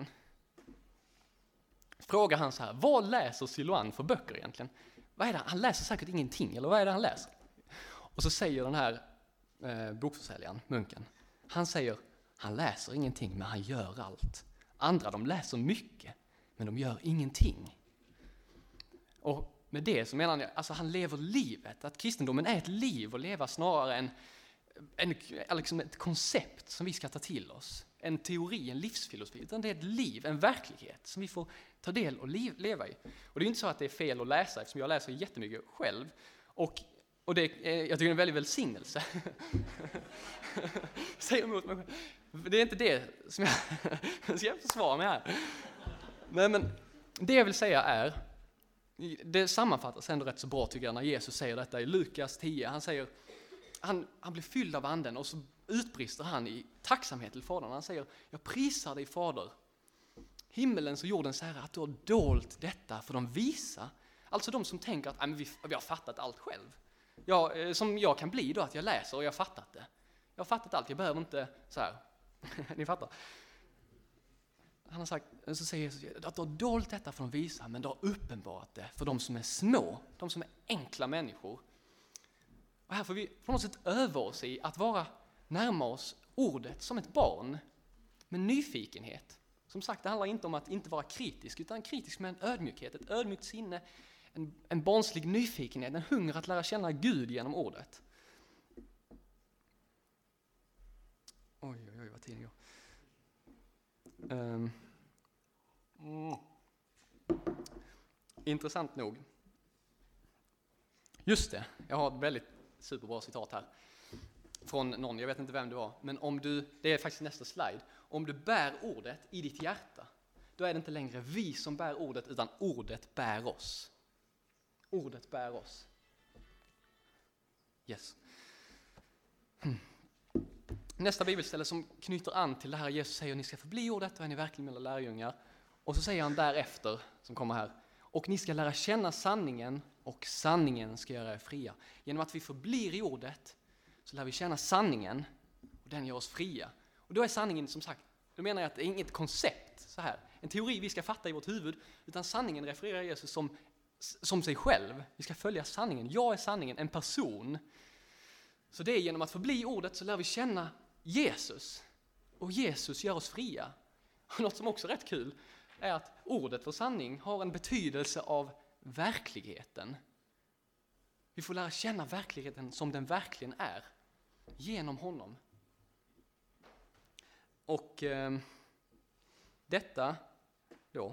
Frågar han så här, vad läser Siloan för böcker egentligen? Vad är det? Han läser säkert ingenting, eller vad är det han läser? Och så säger den här eh, bokförsäljaren, munken, han säger, han läser ingenting men han gör allt. Andra de läser mycket men de gör ingenting. Och med det så menar han, alltså han lever livet, att kristendomen är ett liv och leva snarare än en, liksom ett koncept som vi ska ta till oss. En teori, en livsfilosofi, utan det är ett liv, en verklighet som vi får ta del och liv, leva i. Och det är inte så att det är fel att läsa, eftersom jag läser jättemycket själv. Och, och det, jag tycker det är en väldigt välsignelse. Säger emot mig själv. Det är inte det som jag ska försvara mig här. Men, men det jag vill säga är, det sammanfattas ändå rätt så bra tycker jag när Jesus säger detta i Lukas tio. Han säger, han, han blir fylld av anden och så utbrister han i tacksamhet till Fadern. Han säger, jag prisar dig Fader, himmelens och jordens Herre, att du har dolt detta för de visa. Alltså de som tänker att vi, vi har fattat allt själv. Jag, som jag kan bli då, att jag läser och jag har fattat det. Jag har fattat allt, jag behöver inte så här. Ni fattar. Han har sagt, så säger Jesus, att du har dolt detta för de visa, men du har uppenbarat det för de som är små, de som är enkla människor. Och här får vi på något sätt öva oss i att vara närma oss ordet som ett barn med nyfikenhet. Som sagt, det handlar inte om att inte vara kritisk, utan kritisk med en ödmjukhet, ett ödmjukt sinne, en, en barnslig nyfikenhet, en hunger att lära känna Gud genom ordet. Oj, oj, oj, vad tiden går. Um. Mm. Intressant nog. Just det, jag har ett väldigt superbra citat här. Från någon, jag vet inte vem det var. Men om du, det är faktiskt nästa slide. Om du bär ordet i ditt hjärta, då är det inte längre vi som bär ordet, utan ordet bär oss. Ordet bär oss. Yes. Hmm. Nästa bibelställe som knyter an till det här Jesus säger, ni ska förbli ordet och är ni verkligen mina lärjungar. Och så säger han därefter, som kommer här, och ni ska lära känna sanningen och sanningen ska göra er fria. Genom att vi förblir i ordet så lär vi känna sanningen och den gör oss fria. Och då är sanningen som sagt, då menar jag att det är inget koncept så här, en teori vi ska fatta i vårt huvud, utan sanningen refererar Jesus som, som sig själv. Vi ska följa sanningen. Jag är sanningen, en person. Så det är genom att förbli ordet så lär vi känna Jesus. Och Jesus gör oss fria. Och något som också är rätt kul är att ordet för sanning har en betydelse av verkligheten. Vi får lära känna verkligheten som den verkligen är. Genom honom. Och eh, detta då.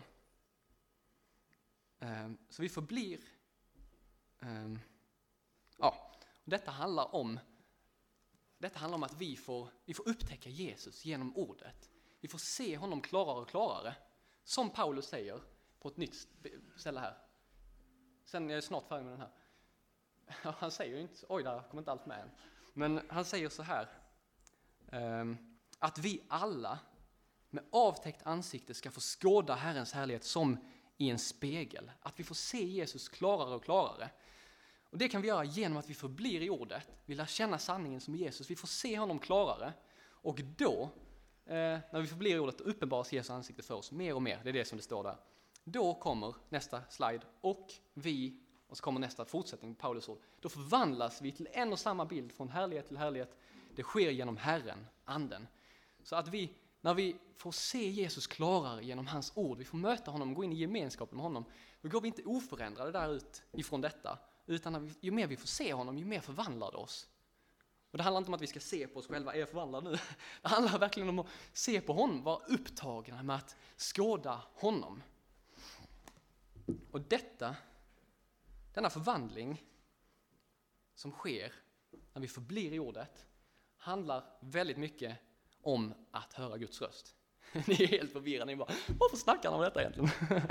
Eh, så vi förblir. Eh, ja, detta handlar om. Detta handlar om att vi får, vi får upptäcka Jesus genom ordet. Vi får se honom klarare och klarare. Som Paulus säger på ett nytt ställe här. Sen är jag snart färdig med den här. Han säger ju inte, oj där kommer inte allt med än. Men han säger så här. Um, att vi alla med avtäckt ansikte ska få skåda Herrens härlighet som i en spegel. Att vi får se Jesus klarare och klarare. Och det kan vi göra genom att vi förblir i ordet. Vi lär känna sanningen som Jesus. Vi får se honom klarare. Och då, eh, när vi förblir i ordet, uppenbaras Jesu ansikte för oss mer och mer. Det är det som det står där. Då kommer nästa slide. Och vi, och så kommer nästa fortsättning på Paulus ord. Då förvandlas vi till en och samma bild från härlighet till härlighet. Det sker genom Herren, anden. Så att vi, när vi får se Jesus klarare genom hans ord, vi får möta honom, gå in i gemenskap med honom, då går vi inte oförändrade där ut ifrån detta. Utan när vi, ju mer vi får se honom, ju mer förvandlar det oss. Och det handlar inte om att vi ska se på oss själva, är jag förvandlad nu? Det handlar verkligen om att se på honom, vara upptagna med att skåda honom. Och detta, denna förvandling som sker när vi förblir i ordet, handlar väldigt mycket om att höra Guds röst. Ni är helt förvirrade, ni bara, varför snackar han om detta egentligen?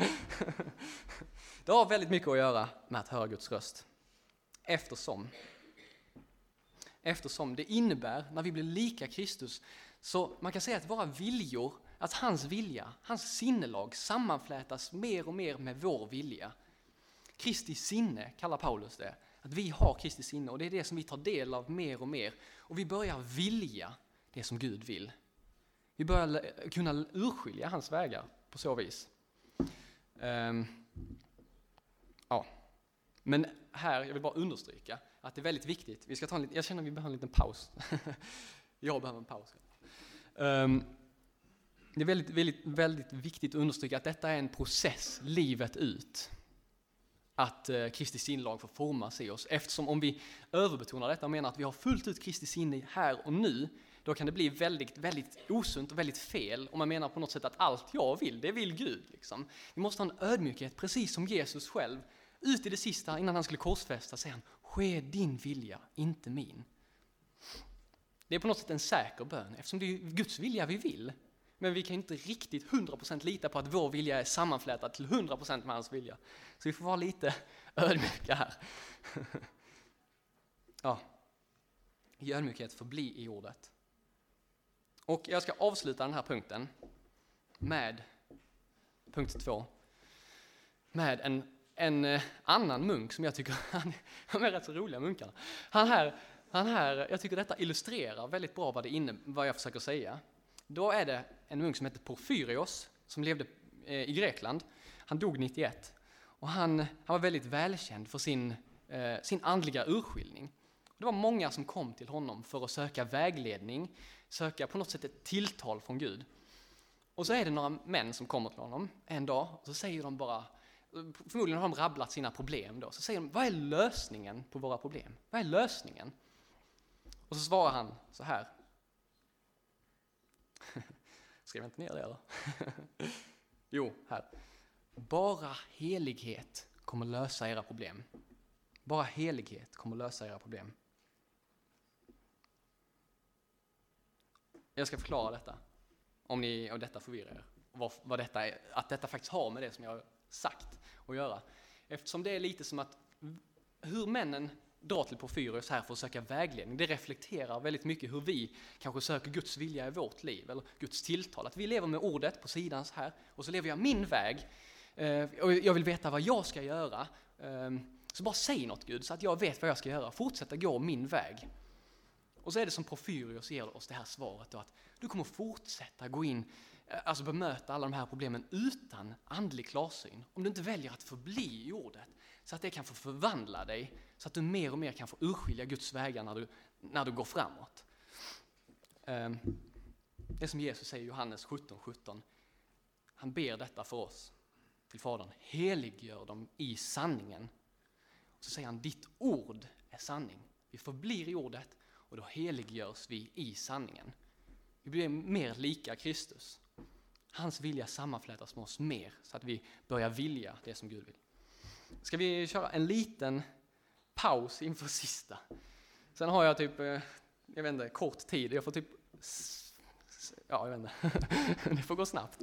Det har väldigt mycket att göra med att höra Guds röst. Eftersom, eftersom det innebär, när vi blir lika Kristus, så man kan säga att våra viljor, att hans vilja, hans sinnelag sammanflätas mer och mer med vår vilja. Kristi sinne kallar Paulus det. Att vi har Kristi sinne och det är det som vi tar del av mer och mer. Och vi börjar vilja det som Gud vill. Vi börjar kunna urskilja hans vägar på så vis. Um, ja. Men här, jag vill bara understryka att det är väldigt viktigt. Vi ska ta en liten, jag känner att vi behöver en liten paus. jag behöver en paus. Um, det är väldigt, väldigt, väldigt viktigt att understryka att detta är en process livet ut. Att uh, Kristi sinnelag får formas i oss. Eftersom om vi överbetonar detta och menar att vi har fullt ut Kristi sinne här och nu, då kan det bli väldigt, väldigt osunt och väldigt fel om man menar på något sätt att allt jag vill, det vill Gud. Liksom. Vi måste ha en ödmjukhet, precis som Jesus själv. Ut i det sista, innan han skulle korsfästa, säger han, ske din vilja, inte min. Det är på något sätt en säker bön, eftersom det är Guds vilja vi vill. Men vi kan inte riktigt hundra procent lita på att vår vilja är sammanflätad till hundra procent med hans vilja. Så vi får vara lite ödmjuka här. Ja. I ödmjukhet får bli i ordet. Och jag ska avsluta den här punkten med punkt två. Med en, en annan munk som jag tycker, han, han är rätt så roliga munkarna. Han här, han här, jag tycker detta illustrerar väldigt bra vad, det inne, vad jag försöker säga. Då är det en munk som heter Porphyrios som levde i Grekland. Han dog nittioett och han, han var väldigt välkänd för sin, eh, sin andliga urskiljning. Det var många som kom till honom för att söka vägledning, söka på något sätt ett tilltal från Gud. Och så är det några män som kommer till honom en dag och så säger de bara, förmodligen har de rabblat sina problem då, så säger de, vad är lösningen på våra problem? Vad är lösningen? Och så svarar han så här. Skrev jag inte ner det eller? Jo, här. Bara helighet kommer lösa era problem. Bara helighet kommer lösa era problem. Jag ska förklara detta. Om ni och detta förvirrar er. Vad, vad detta är, att detta faktiskt har med det som jag har sagt att göra. Eftersom det är lite som att hur männen drar till Porphyrios här för att söka vägledning. Det reflekterar väldigt mycket hur vi kanske söker Guds vilja i vårt liv. Eller Guds tilltal. Att vi lever med ordet på sidan så här. Och så lever jag min väg. Och jag vill veta vad jag ska göra. Så bara säg något Gud så att jag vet vad jag ska göra. Fortsätta gå min väg. Och så är det som Porphyrios ger oss det här svaret då, att du kommer fortsätta gå in, alltså bemöta alla de här problemen utan andlig klarsyn. Om du inte väljer att förbli i ordet så att det kan få förvandla dig så att du mer och mer kan få urskilja Guds vägar när du, när du går framåt. Det som Jesus säger i Johannes sjutton sjutton. Han ber detta för oss till Fadern. Heliggör dem i sanningen. Och så säger han, ditt ord är sanning. Vi förblir i ordet och då heliggörs vi i sanningen. Vi blir mer lika Kristus. Hans vilja sammanflätas med oss mer så att vi börjar vilja det som Gud vill. Ska vi köra en liten paus inför sista? Sen har jag typ, jag vet inte, kort tid. Jag får typ, ja jag vet inte, det får gå snabbt.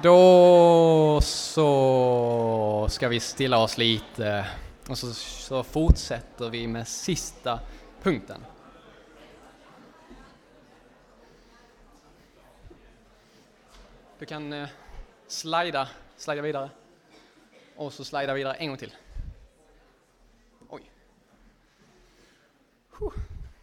Då så ska vi stilla oss lite och så, så fortsätter vi med sista punkten. Du kan eh, slida, slida vidare och så slida vidare en gång till. Oj. Huh.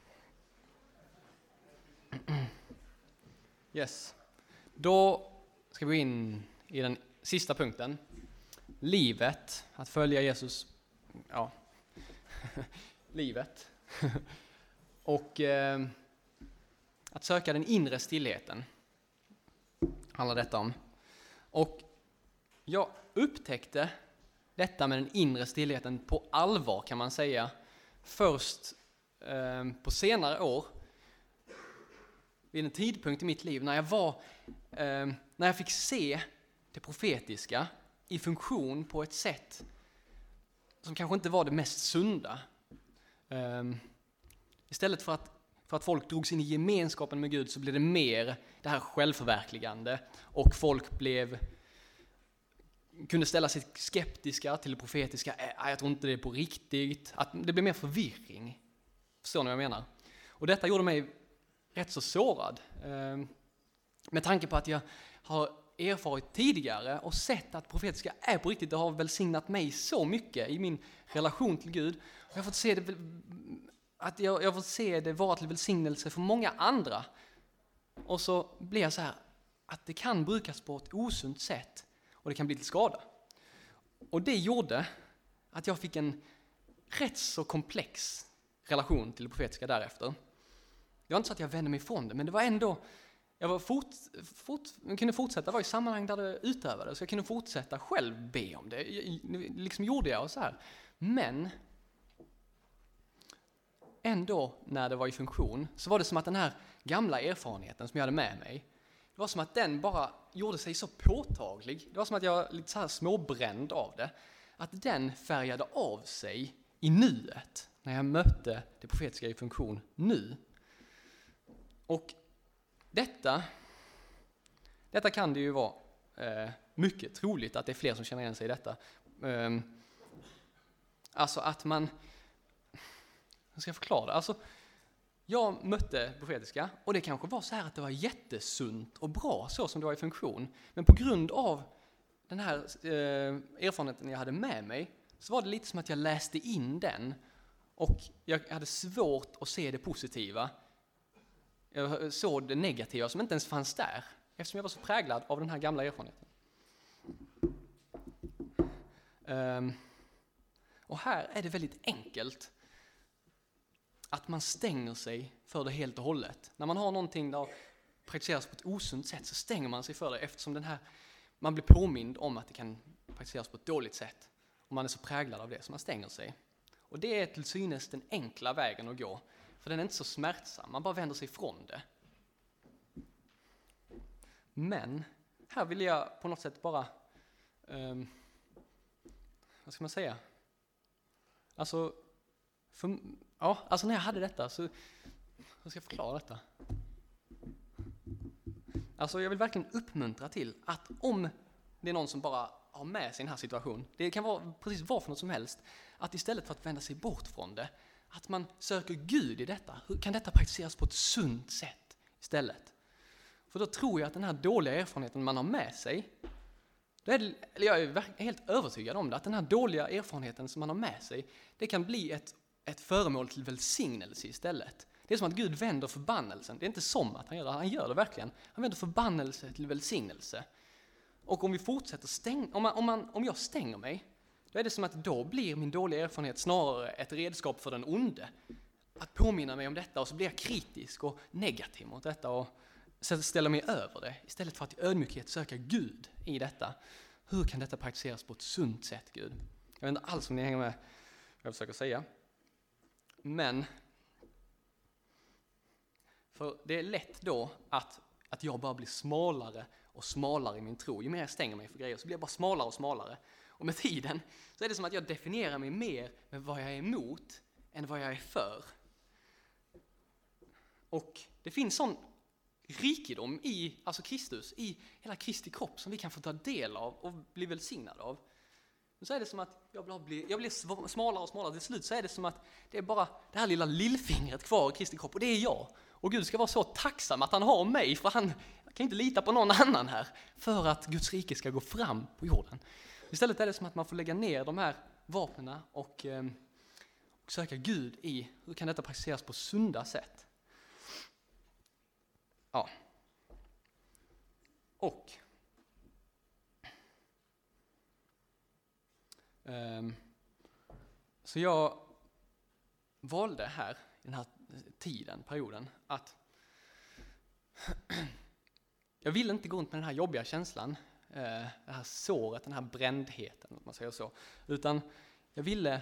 Yes. Då ska vi gå in i den sista punkten. Livet, att följa Jesus. Ja, livet. Och eh, att söka den inre stillheten handlar detta om. Och jag upptäckte detta med den inre stillheten på allvar, kan man säga, först eh, på senare år. Vid en tidpunkt i mitt liv när jag var eh, när jag fick se det profetiska i funktion på ett sätt som kanske inte var det mest sunda. Eh, istället för att, för att folk drogs in i gemenskapen med Gud så blev det mer det här självförverkligande, och folk blev kunde ställa sig skeptiska till det profetiska. Äh, jag tror inte det är på riktigt. Att det blev mer förvirring. Förstår ni vad jag menar? Och detta gjorde mig rätt så sårad. Eh, med tanke på att jag har erfarit tidigare och sett att profetiska är på riktigt. Det har välsignat mig så mycket i min relation till Gud. Och jag har fått se det, att jag, jag har fått se det vara till välsignelse för många andra. Och så blir jag så här, att det kan brukas på ett osunt sätt och det kan bli till skada. Och det gjorde att jag fick en rätt så komplex relation till det profetiska därefter. Det var inte så att jag vände mig ifrån det, men det var ändå, jag var fort, fort, jag kunde fortsätta vara i sammanhang där det utövades, så jag kunde fortsätta själv be om det. Jag, liksom gjorde jag och så här. Men ändå när det var i funktion så var det som att den här gamla erfarenheten som jag hade med mig, det var som att den bara gjorde sig så påtaglig. Det var som att jag var lite så här småbränd av det. Att den färgade av sig i nuet när jag mötte det profetiska i funktion nu. Och detta, detta kan det ju vara eh, mycket troligt att det är fler som känner igen sig i detta. Eh, alltså att man, jag ska förklara det. Alltså, jag mötte profetiska och det kanske var så här att det var jättesunt och bra så som det var i funktion. Men på grund av den här eh, erfarenheten jag hade med mig så var det lite som att jag läste in den och jag hade svårt att se det positiva. Jag såg det negativa som inte ens fanns där eftersom jag var så präglad av den här gamla erfarenheten. Um, och här är det väldigt enkelt att man stänger sig för det helt och hållet. När man har någonting där praktiseras på ett osunt sätt så stänger man sig för det eftersom den här, man blir påmind om att det kan praktiseras på ett dåligt sätt. Och man är så präglad av det så man stänger sig. Och det är till synes den enkla vägen att gå. För den är inte så smärtsam, man bara vänder sig ifrån det. Men här vill jag på något sätt bara, um, vad ska man säga? Alltså, för, ja, alltså när jag hade detta så, hur ska jag förklara detta? Alltså jag vill verkligen uppmuntra till att om det är någon som bara har med sig den här situationen, det kan vara precis vad för något som helst, att istället för att vända sig bort från det, att man söker Gud i detta. Hur kan detta praktiseras på ett sunt sätt istället? För då tror jag att den här dåliga erfarenheten man har med sig, då är det, eller jag är helt övertygad om det, att den här dåliga erfarenheten som man har med sig, det kan bli ett, ett föremål till välsignelse istället. Det är som att Gud vänder förbannelsen. Det är inte som att han gör det, han gör det verkligen. Han vänder förbannelse till välsignelse. Och om vi fortsätter stänga, om, man, om, man, om jag stänger mig, då är det som att då blir min dåliga erfarenhet snarare ett redskap för den onde. Att påminna mig om detta och så blir jag kritisk och negativ mot detta och ställa mig över det. Istället för att i ödmjukhet söka Gud i detta. Hur kan detta praktiseras på ett sunt sätt, Gud? Jag vet inte alls om ni hänger med vad jag försöker säga. Men för det är lätt då att, att jag bara blir smalare och smalare i min tro. Ju mer jag stänger mig för grejer så blir jag bara smalare och smalare. Och med tiden så är det som att jag definierar mig mer med vad jag är emot än vad jag är för. Och det finns sån rikedom i alltså Kristus, i hela Kristi kropp som vi kan få ta del av och bli välsignade av. Men så är det som att jag blir, jag blir smalare och smalare. Till slut så är det som att det är bara det här lilla lillfingret kvar i Kristi kropp, och det är jag. Och Gud ska vara så tacksam att han har mig, för han kan inte lita på någon annan här, för att Guds rike ska gå fram på jorden. Istället är det som att man får lägga ner de här vapnen och, eh, och söka Gud i hur kan detta praktiseras på sunda sätt. Ja. Och eh, så jag valde här i den här tiden, perioden, att jag ville inte gå runt med den här jobbiga känslan, eh, det här såret, den här brändheten, om man säger så, utan jag ville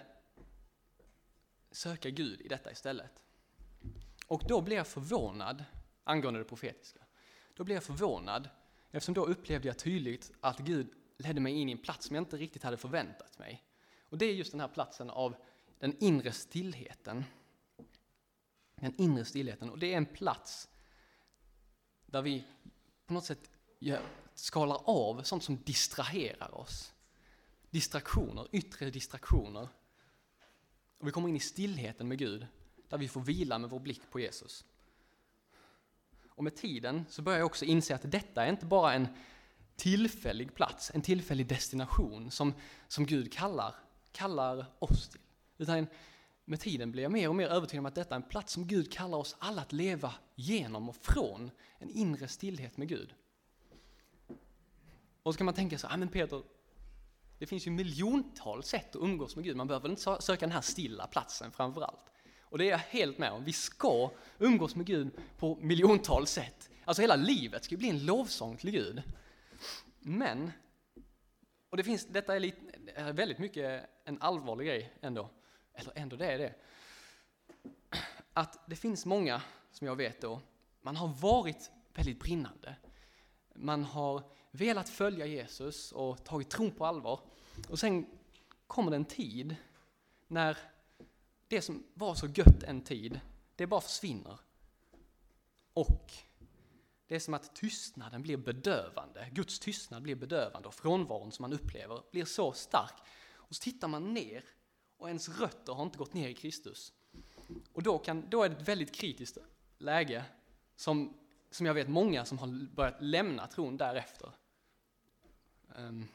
söka Gud i detta istället. Och då blev jag förvånad angående det profetiska. Då blev jag förvånad eftersom då upplevde jag tydligt att Gud ledde mig in i en plats som jag inte riktigt hade förväntat mig. Och det är just den här platsen av den inre stillheten. Den inre stillheten. Och det är en plats där vi på något sätt gör, skalar av sånt som distraherar oss. Distraktioner, yttre distraktioner. Och vi kommer in i stillheten med Gud, där vi får vila med vår blick på Jesus. Och med tiden så börjar jag också inse att detta är inte bara en tillfällig plats, en tillfällig destination som, som Gud kallar, kallar oss till. Utan med tiden blir jag mer och mer övertygad om att detta är en plats som Gud kallar oss alla att leva genom och från, en inre stillhet med Gud. Och så kan man tänka så, ah, men Peter, det finns ju miljontals sätt att umgås med Gud. Man behöver inte söka den här stilla platsen framför allt. Och det är jag helt med om. Vi ska umgås med Gud på miljontals sätt. Alltså hela livet ska bli en lovsång till Gud. Men, och det finns, detta är, lite, är väldigt mycket en allvarlig grej ändå. Eller ändå det är det. Att det finns många, som jag vet då, man har varit väldigt brinnande. Man har velat följa Jesus och tagit tron på allvar. Och sen kommer det en tid när det som var så gött en tid, det bara försvinner. Och det är som att tystnaden blir bedövande. Guds tystnad blir bedövande och frånvaron som man upplever blir så stark. Och så tittar man ner och ens rötter har inte gått ner i Kristus. Och då, kan, då är det ett väldigt kritiskt läge som, som jag vet många som har börjat lämna tron därefter. Um,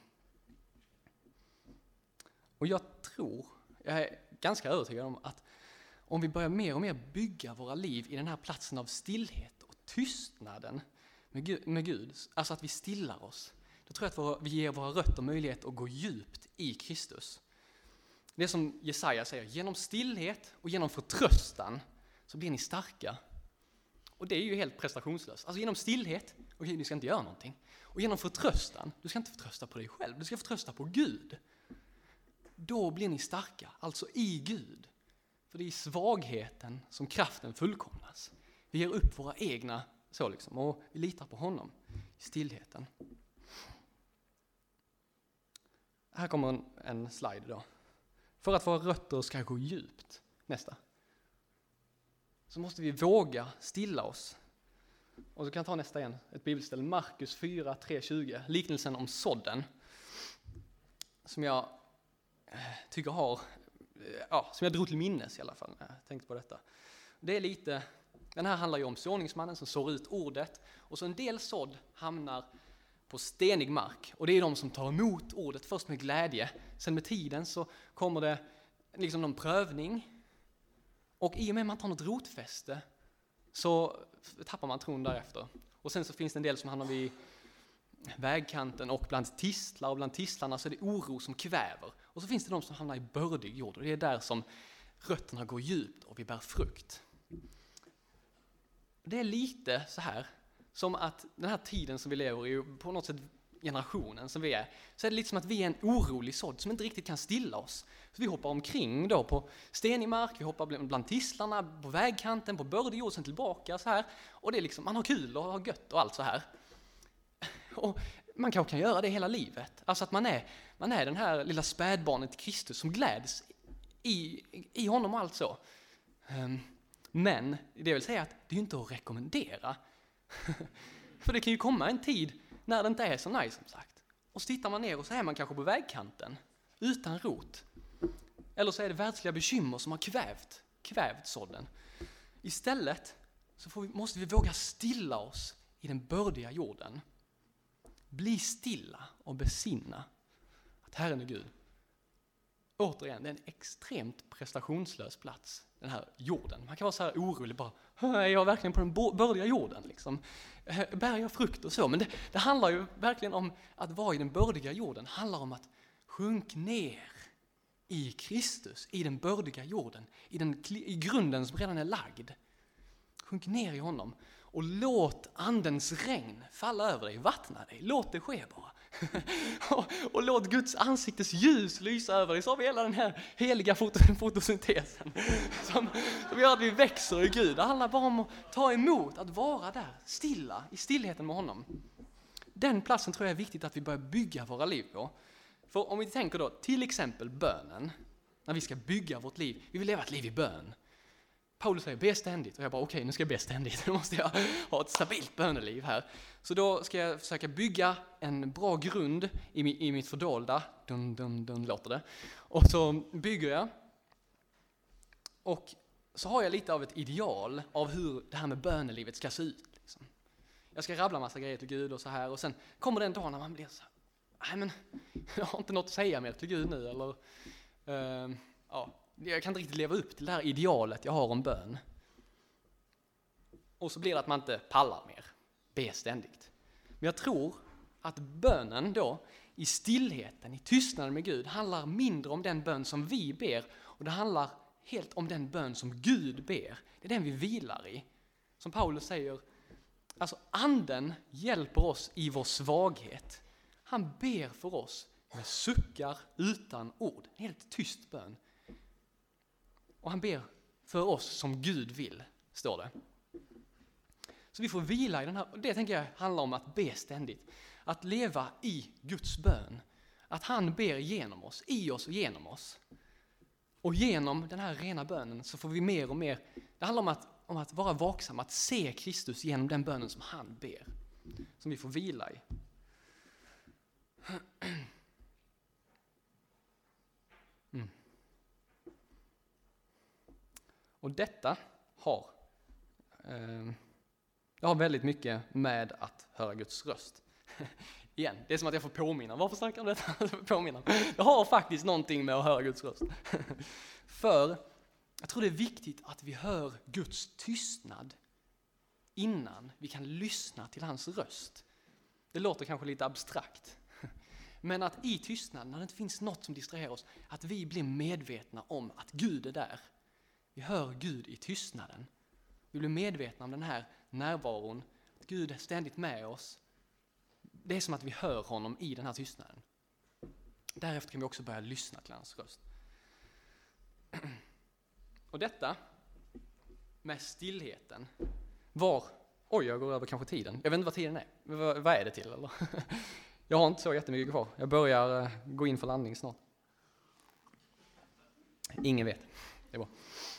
och jag tror, jag är ganska övertygad om att om vi börjar mer och mer bygga våra liv i den här platsen av stillhet och tystnaden med Gud, med Gud alltså att vi stillar oss, då tror jag att våra, vi ger våra rötter möjlighet att gå djupt i Kristus. Det är som Jesaja säger, genom stillhet och genom förtröstan så blir ni starka. Och det är ju helt prestationslöst. Alltså genom stillhet, och du ska inte göra någonting. Och genom förtröstan, du ska inte förtrösta på dig själv, du ska förtrösta på Gud. Då blir ni starka, alltså i Gud. För det är i svagheten som kraften fullkomnas. Vi ger upp våra egna så liksom, och vi litar på honom i stillheten. Här kommer en, en slide då. För att våra rötter ska gå djupt, nästa, så måste vi våga stilla oss. Och så kan jag ta nästa igen, ett bibelställe, Markus fyra, tre tjugo, liknelsen om sådden, som jag tycker har, ja, som jag drog till minnes i alla fall när jag tänkte på detta. Det är lite, den här handlar ju om såningsmannen som sår ut ordet, och så en del sådd hamnar på stenig mark, och det är de som tar emot ordet först med glädje. Sen med tiden så kommer det liksom någon prövning, och i och med att man tar något rotfäste så tappar man tron därefter. Och sen så finns det en del som hamnar vid vägkanten och bland tistlar, och bland tistlarna så är det oro som kväver. Och så finns det de som hamnar i bördig jord, och det är där som rötterna går djupt och vi bär frukt. Det är lite så här som att den här tiden som vi lever i, på något sätt generationen som vi är, så är det lite som att vi är en orolig sådd som inte riktigt kan stilla oss. Så vi hoppar omkring då på stenig mark, vi hoppar bland tistlarna, på vägkanten, på bördig jord, sen tillbaka så här. Och det är liksom, man har kul och har gött och allt så här. Och man kanske kan göra det hela livet. Alltså att man är, man är den här lilla spädbarnet Kristus som gläds i, i honom och allt så. Men det vill säga att det är inte att rekommendera. För det kan ju komma en tid när det inte är så nice som sagt. Och så tittar man ner och så är man kanske på vägkanten utan rot. Eller så är det världsliga bekymmer som har kvävt, kvävt sådden. Istället så får vi, måste vi våga stilla oss i den bördiga jorden. Bli stilla och besinna att Herren är Gud. Återigen, det är en extremt prestationslös plats, den här jorden. Man kan vara så här orolig, bara, är jag verkligen på den bördiga jorden? Liksom? Bär jag frukt och så? Men det, det handlar ju verkligen om att vara i den bördiga jorden. Det handlar om att sjunka ner i Kristus, i den bördiga jorden, i, den, i grunden som redan är lagd. Sjunk ner i honom och låt andens regn falla över dig, vattna dig, låt det ske bara. och, och låt Guds ansiktes ljus lysa över dig, så har vi hela den här heliga foto- fotosyntesen som, som gör att vi växer i Gud. Det handlar bara om att ta emot, att vara där, stilla, i stillheten med honom. Den platsen tror jag är viktigt att vi börjar bygga våra liv på. För om vi tänker då, till exempel bönen, när vi ska bygga vårt liv, vi vill leva ett liv i bön. Paulus säger, be ständigt. Och jag bara, okej, okay, nu ska jag be ständigt. Då måste jag ha ett stabilt böneliv här. Så då ska jag försöka bygga en bra grund i, i mitt fördolda. Dun, dun, dun, låter det. Och så bygger jag. Och så har jag lite av ett ideal av hur det här med bönelivet ska se ut. Liksom. Jag ska rabbla massa grejer till Gud och så här. Och sen kommer den dag när man blir så här, nej men, jag har inte något att säga mer till Gud nu. Eller, uh, ja. Jag kan inte riktigt leva upp till det här idealet jag har om bön. Och så blir det att man inte pallar mer. Be ständigt. Men jag tror att bönen då, i stillheten, i tystnaden med Gud, handlar mindre om den bön som vi ber. Och det handlar helt om den bön som Gud ber. Det är den vi vilar i. Som Paulus säger, alltså anden hjälper oss i vår svaghet. Han ber för oss med suckar utan ord. En helt tyst bön. Och han ber för oss som Gud vill, står det. Så vi får vila i den här, och det tänker jag handlar om att be ständigt. Att leva i Guds bön. Att han ber genom oss, i oss och genom oss. Och genom den här rena bönen så får vi mer och mer, det handlar om att, om att vara vaksam, att se Kristus genom den bönen som han ber. Som vi får vila i. Mm. Och detta har, eh, det har väldigt mycket med att höra Guds röst. Igen, det är som att jag får påminna. Varför snackar jag om detta? påminna. Det har faktiskt någonting med att höra Guds röst. För jag tror det är viktigt att vi hör Guds tystnad innan vi kan lyssna till hans röst. Det låter kanske lite abstrakt. Men att i tystnaden, när det inte finns något som distraherar oss, att vi blir medvetna om att Gud är där. Vi hör Gud i tystnaden. Vi blir medvetna om den här närvaron. Att Gud är ständigt med oss. Det är som att vi hör honom i den här tystnaden. Därefter kan vi också börja lyssna till hans röst. Och detta med stillheten var... Oj, jag går över kanske tiden. Jag vet inte vad tiden är. Vad, vad är det till? Eller? Jag har inte så jättemycket kvar. Jag börjar uh, gå in för landning snart. Ingen vet. Det är bra.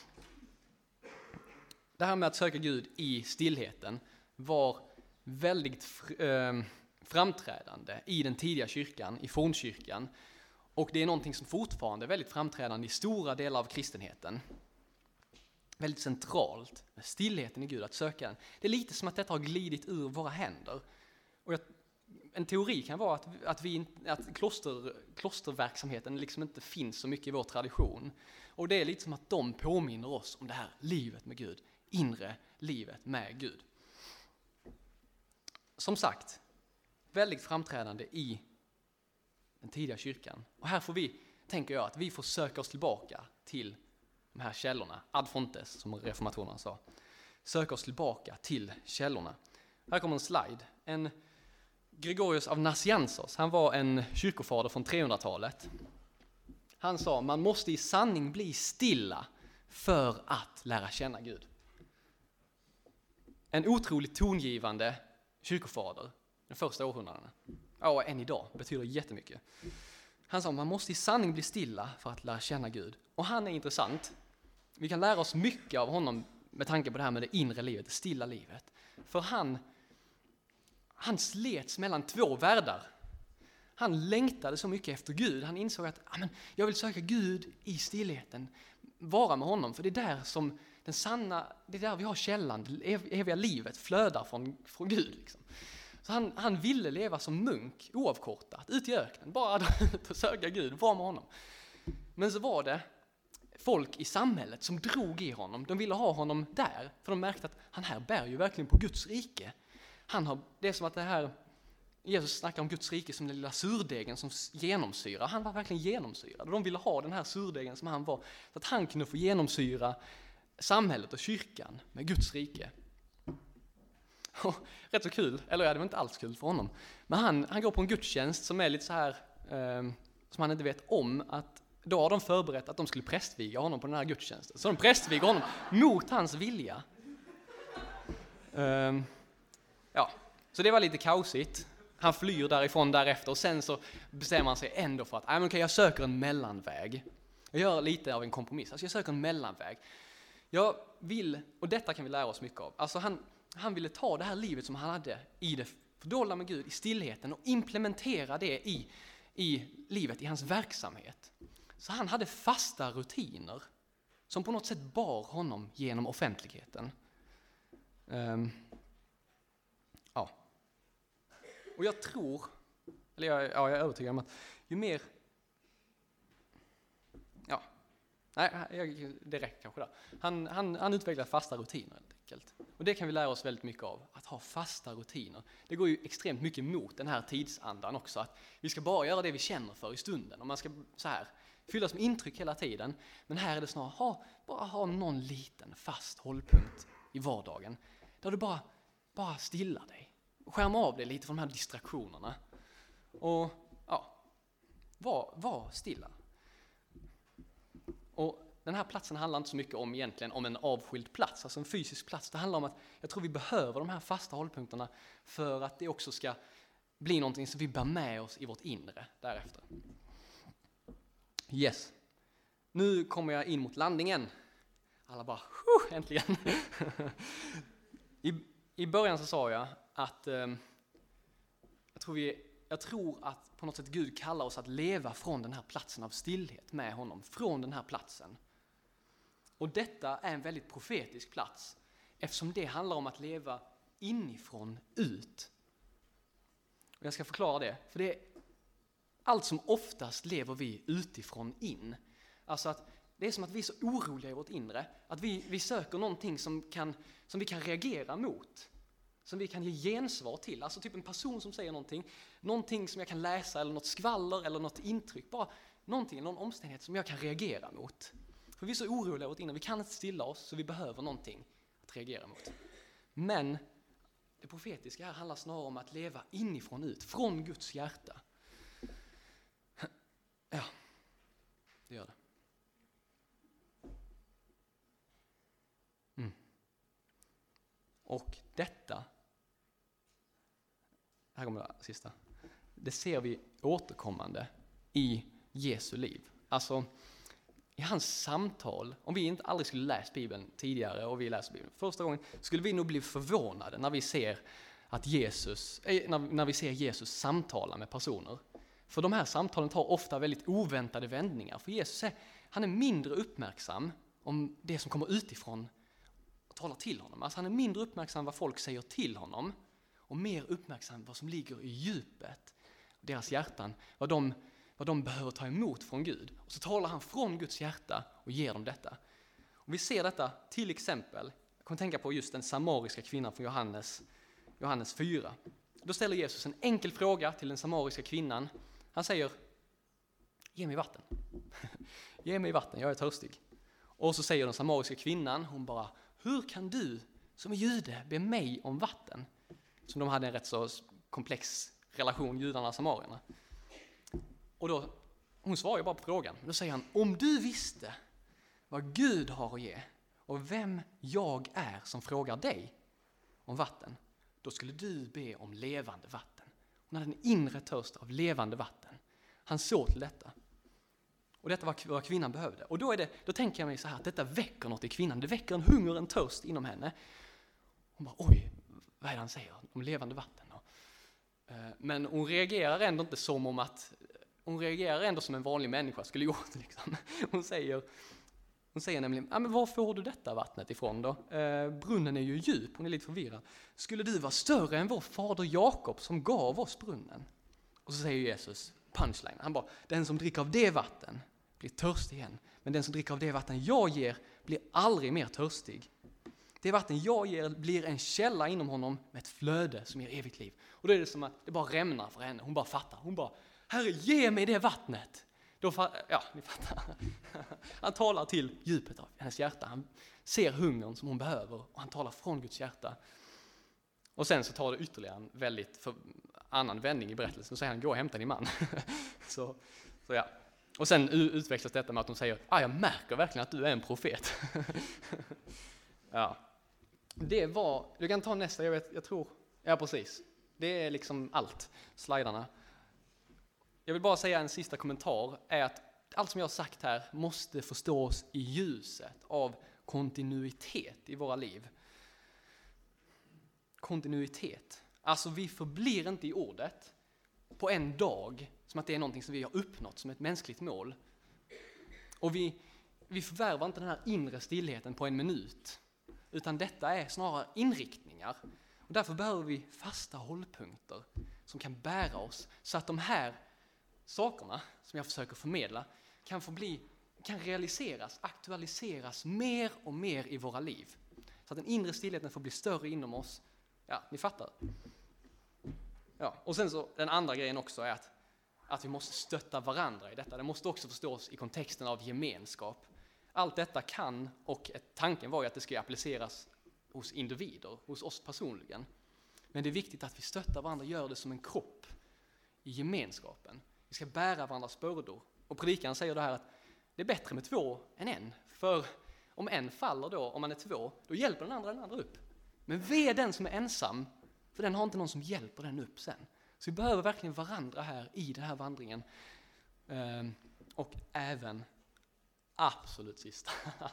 Det här med att söka Gud i stillheten var väldigt fr- eh, framträdande i den tidiga kyrkan, i fornkyrkan. Och det är någonting som fortfarande är väldigt framträdande i stora delar av kristenheten. Väldigt centralt med stillheten i Gud, att söka den. Det är lite som att detta har glidit ur våra händer. Och jag, en teori kan vara att, att, vi, att kloster, klosterverksamheten liksom inte finns så mycket i vår tradition. Och det är lite som att de påminner oss om det här livet med Gud. Inre livet med Gud. Som sagt, väldigt framträdande i den tidiga kyrkan. Och här får vi, tänker jag, att vi får söka oss tillbaka till de här källorna. Ad fontes, som reformatorerna sa. Söka oss tillbaka till källorna. Här kommer en slide. En Gregorius av Nazianzos, han var en kyrkofader från trehundratalet. Han sa, man måste i sanning bli stilla för att lära känna Gud. En otroligt tongivande kyrkofader de första århundradena. Ja, och än idag betyder jättemycket. Han sa, man måste i sanning bli stilla för att lära känna Gud. Och han är intressant. Vi kan lära oss mycket av honom med tanke på det här med det inre livet, det stilla livet. För han han slets mellan två världar. Han längtade så mycket efter Gud. Han insåg att ah, men, jag vill söka Gud i stillheten. Vara med honom. För det är där som den sanna, det är där vi har källan. Det eviga livet flödar från, från Gud. Liksom. Så han, han ville leva som munk oavkortat. Ut i öknen. Bara att söka Gud. Vara med honom. Men så var det folk i samhället som drog i honom. De ville ha honom där. För de märkte att han här bär ju verkligen på Guds rike. Han har, det är som att det här, Jesus snackar om Guds rike som den lilla surdegen som genomsyrar. Han var verkligen genomsyrad. Och de ville ha den här surdegen som han var. Så att han kunde få genomsyra samhället och kyrkan med Guds rike. Och, rätt så kul. Eller ja, det var inte alls kul för honom. Men han, han går på en gudstjänst som är lite så här, eh, som han inte vet om att då har de förberett att de skulle prästviga honom på den här gudstjänsten. Så de prästvigar honom mot hans vilja. Um, ja, så det var lite kaosigt. Han flyr därifrån därefter och sen så bestämmer han sig ändå för att nej, men okay, jag söker en mellanväg. Jag gör lite av en kompromiss. Alltså jag söker en mellanväg. Jag vill, och detta kan vi lära oss mycket av. Alltså han, han ville ta det här livet som han hade i det fördolda med Gud, i stillheten och implementera det i, i livet, i hans verksamhet. Så han hade fasta rutiner som på något sätt bar honom genom offentligheten. Um, ja. Och jag tror, eller jag, ja, jag är övertygad om att ju mer, ja, nej, jag, det räcker kanske där. Han, han, han utvecklar fasta rutiner helt enkelt. Och det kan vi lära oss väldigt mycket av, att ha fasta rutiner. Det går ju extremt mycket mot den här tidsandan också, att vi ska bara göra det vi känner för i stunden. Och man ska så här fyllas med intryck hela tiden. Men här är det snarare, ha, bara ha någon liten fast hållpunkt i vardagen. Där du bara, bara stillar dig. Skärma av dig lite från de här distraktionerna. Och ja, var, var stilla. Och den här platsen handlar inte så mycket om egentligen om en avskild plats, alltså en fysisk plats. Det handlar om att jag tror vi behöver de här fasta hållpunkterna för att det också ska bli någonting som vi bär med oss i vårt inre därefter. Yes. Nu kommer jag in mot landningen. Alla bara, äntligen. I, I början så sa jag att eh, jag, tror vi, jag tror att på något sätt Gud kallar oss att leva från den här platsen av stillhet med honom. Från den här platsen. Och detta är en väldigt profetisk plats. Eftersom det handlar om att leva inifrån ut. Och jag ska förklara det. För det är allt som oftast lever vi utifrån in. Alltså att det är som att vi är så oroliga i vårt inre. Att vi, vi söker någonting som, kan, som vi kan reagera mot. Som vi kan ge gensvar till. Alltså typ en person som säger någonting. Någonting som jag kan läsa eller något skvaller eller något intryck. Bara någonting, någon omständighet som jag kan reagera mot. För vi är så oroliga i vårt inre. Vi kan inte stilla oss så vi behöver någonting att reagera mot. Men det profetiska här handlar snarare om att leva inifrån ut. Från Guds hjärta. Ja, det gör det. Mm. Och detta, här kommer det sista, det ser vi återkommande i Jesu liv. Alltså i hans samtal, om vi inte aldrig skulle läst Bibeln tidigare och vi läser Bibeln första gången, skulle vi nog bli förvånade när vi ser att Jesus, när, när vi ser Jesus samtala med personer. För de här samtalen tar ofta väldigt oväntade vändningar. För Jesus är, han är mindre uppmärksam om det som kommer utifrån och talar till honom. Alltså han är mindre uppmärksam vad folk säger till honom och mer uppmärksam vad som ligger i djupet, deras hjärtan, vad de, vad de behöver ta emot från Gud. Och så talar han från Guds hjärta och ger dem detta. Och vi ser detta till exempel, jag kommer tänka på just den samariska kvinnan från Johannes, Johannes fyra. Då ställer Jesus en enkel fråga till den samariska kvinnan. Han säger, ge mig vatten. Ge mig vatten, jag är törstig. Och så säger den samariska kvinnan, hon bara, hur kan du som är jude be mig om vatten? Som de hade en rätt så komplex relation, judarna och samarierna. Och då, hon svarar ju bara på frågan. Då säger han, om du visste vad Gud har att ge och vem jag är som frågar dig om vatten, då skulle du be om levande vatten. Hon hade en inre törst av levande vatten. Han såg till detta. Och detta var vad kvinnan behövde. Och då, är det, då tänker jag mig så här att detta väcker något i kvinnan. Det väcker en hunger, en törst inom henne. Hon bara, oj, vad är det han säger om levande vatten? Och Men hon reagerar ändå inte som om att, hon reagerar ändå som en vanlig människa skulle gjort. Liksom. Hon säger, hon säger nämligen, ja, men var får du detta vattnet ifrån då? Eh, brunnen är ju djup, hon är lite förvirrad. Skulle du vara större än vår fader Jakob som gav oss brunnen? Och så säger Jesus, punchline, han bara, den som dricker av det vatten blir törstig igen. Men den som dricker av det vatten jag ger blir aldrig mer törstig. Det vatten jag ger blir en källa inom honom med ett flöde som ger evigt liv. Och då är det som att det bara rämnar för henne. Hon bara fattar. Hon bara, Herre, ge mig det vattnet. Då fa- ja, ni fattar. Han talar till djupet av hennes hjärta. Han ser hungern som hon behöver och han talar från Guds hjärta. Och sen så tar det ytterligare en väldigt för, annan vändning i berättelsen. Och säger han, gå och hämta din man. så, så ja. Och sen utvecklas detta med att hon säger, ah, jag märker verkligen att du är en profet. ja. Det var, du kan ta nästa, jag vet, jag tror, ja precis. Det är liksom allt, slidarna. Jag vill bara säga en sista kommentar, är att allt som jag har sagt här måste förstås i ljuset av kontinuitet i våra liv. Kontinuitet. Alltså vi förblir inte i ordet på en dag som att det är någonting som vi har uppnått som ett mänskligt mål. Och vi, vi förvärvar inte den här inre stillheten på en minut. Utan detta är snarare inriktningar. Och därför behöver vi fasta hållpunkter som kan bära oss. Så att de här sakerna som jag försöker förmedla kan få bli, kan realiseras, aktualiseras mer och mer i våra liv. Så att den inre stillheten får bli större inom oss. Ja, ni fattar. Ja, och sen så den andra grejen också är att, att vi måste stötta varandra i detta. Det måste också förstås i kontexten av gemenskap. Allt detta kan, och tanken var ju att det ska appliceras hos individer, hos oss personligen. Men det är viktigt att vi stöttar varandra och gör det som en kropp i gemenskapen. Vi ska bära varandras bördor. Och predikan säger det här att det är bättre med två än en. För om en faller då, om man är två, då hjälper den andra den andra upp. Men vi är den som är ensam, för den har inte någon som hjälper den upp sen. Så vi behöver verkligen varandra här i den här vandringen. Ehm, och även absolut sista.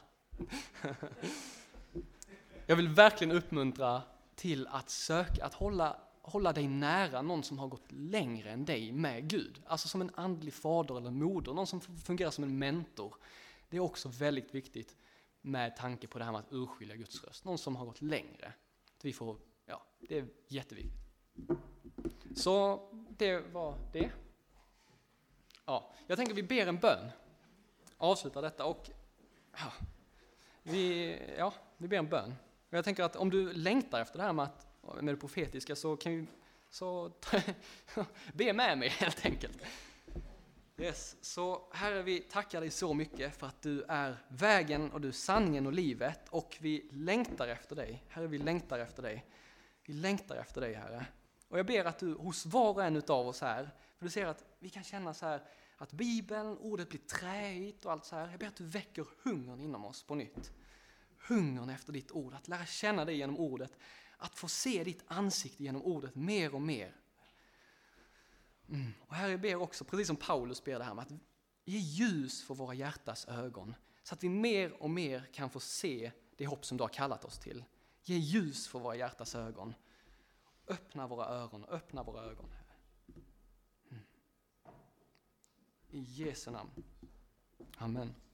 Jag vill verkligen uppmuntra till att söka, att hålla, hålla dig nära någon som har gått längre än dig med Gud. Alltså som en andlig fader eller moder, någon som fungerar som en mentor. Det är också väldigt viktigt med tanke på det här med att urskilja Guds röst. Någon som har gått längre. Vi får, ja, det är jätteviktigt. Så det var det. Ja, jag tänker vi ber en bön. Avslutar detta och ja, vi, ja, vi ber en bön. Och jag tänker att om du längtar efter det här med, att, med det profetiska så kan vi så be med mig helt enkelt. Yes. Så Herre, vi tackar dig så mycket för att du är vägen och du är sanningen och livet och vi längtar efter dig. Herre, vi längtar efter dig. Vi längtar efter dig, Herre. Och jag ber att du hos var och en utav oss här, för du ser att vi kan känna så här att Bibeln, ordet blir träigt och allt så här. Jag ber att du väcker hungern inom oss på nytt. Hungern efter ditt ord, att lära känna dig genom ordet, att få se ditt ansikte genom ordet mer och mer. Mm. Och här jag ber också, precis som Paulus ber det här med att ge ljus för våra hjärtas ögon, så att vi mer och mer kan få se det hopp som du har kallat oss till. Ge ljus för våra hjärtas ögon. Öppna våra öron, öppna våra ögon. Mm. I Jesu namn. Amen.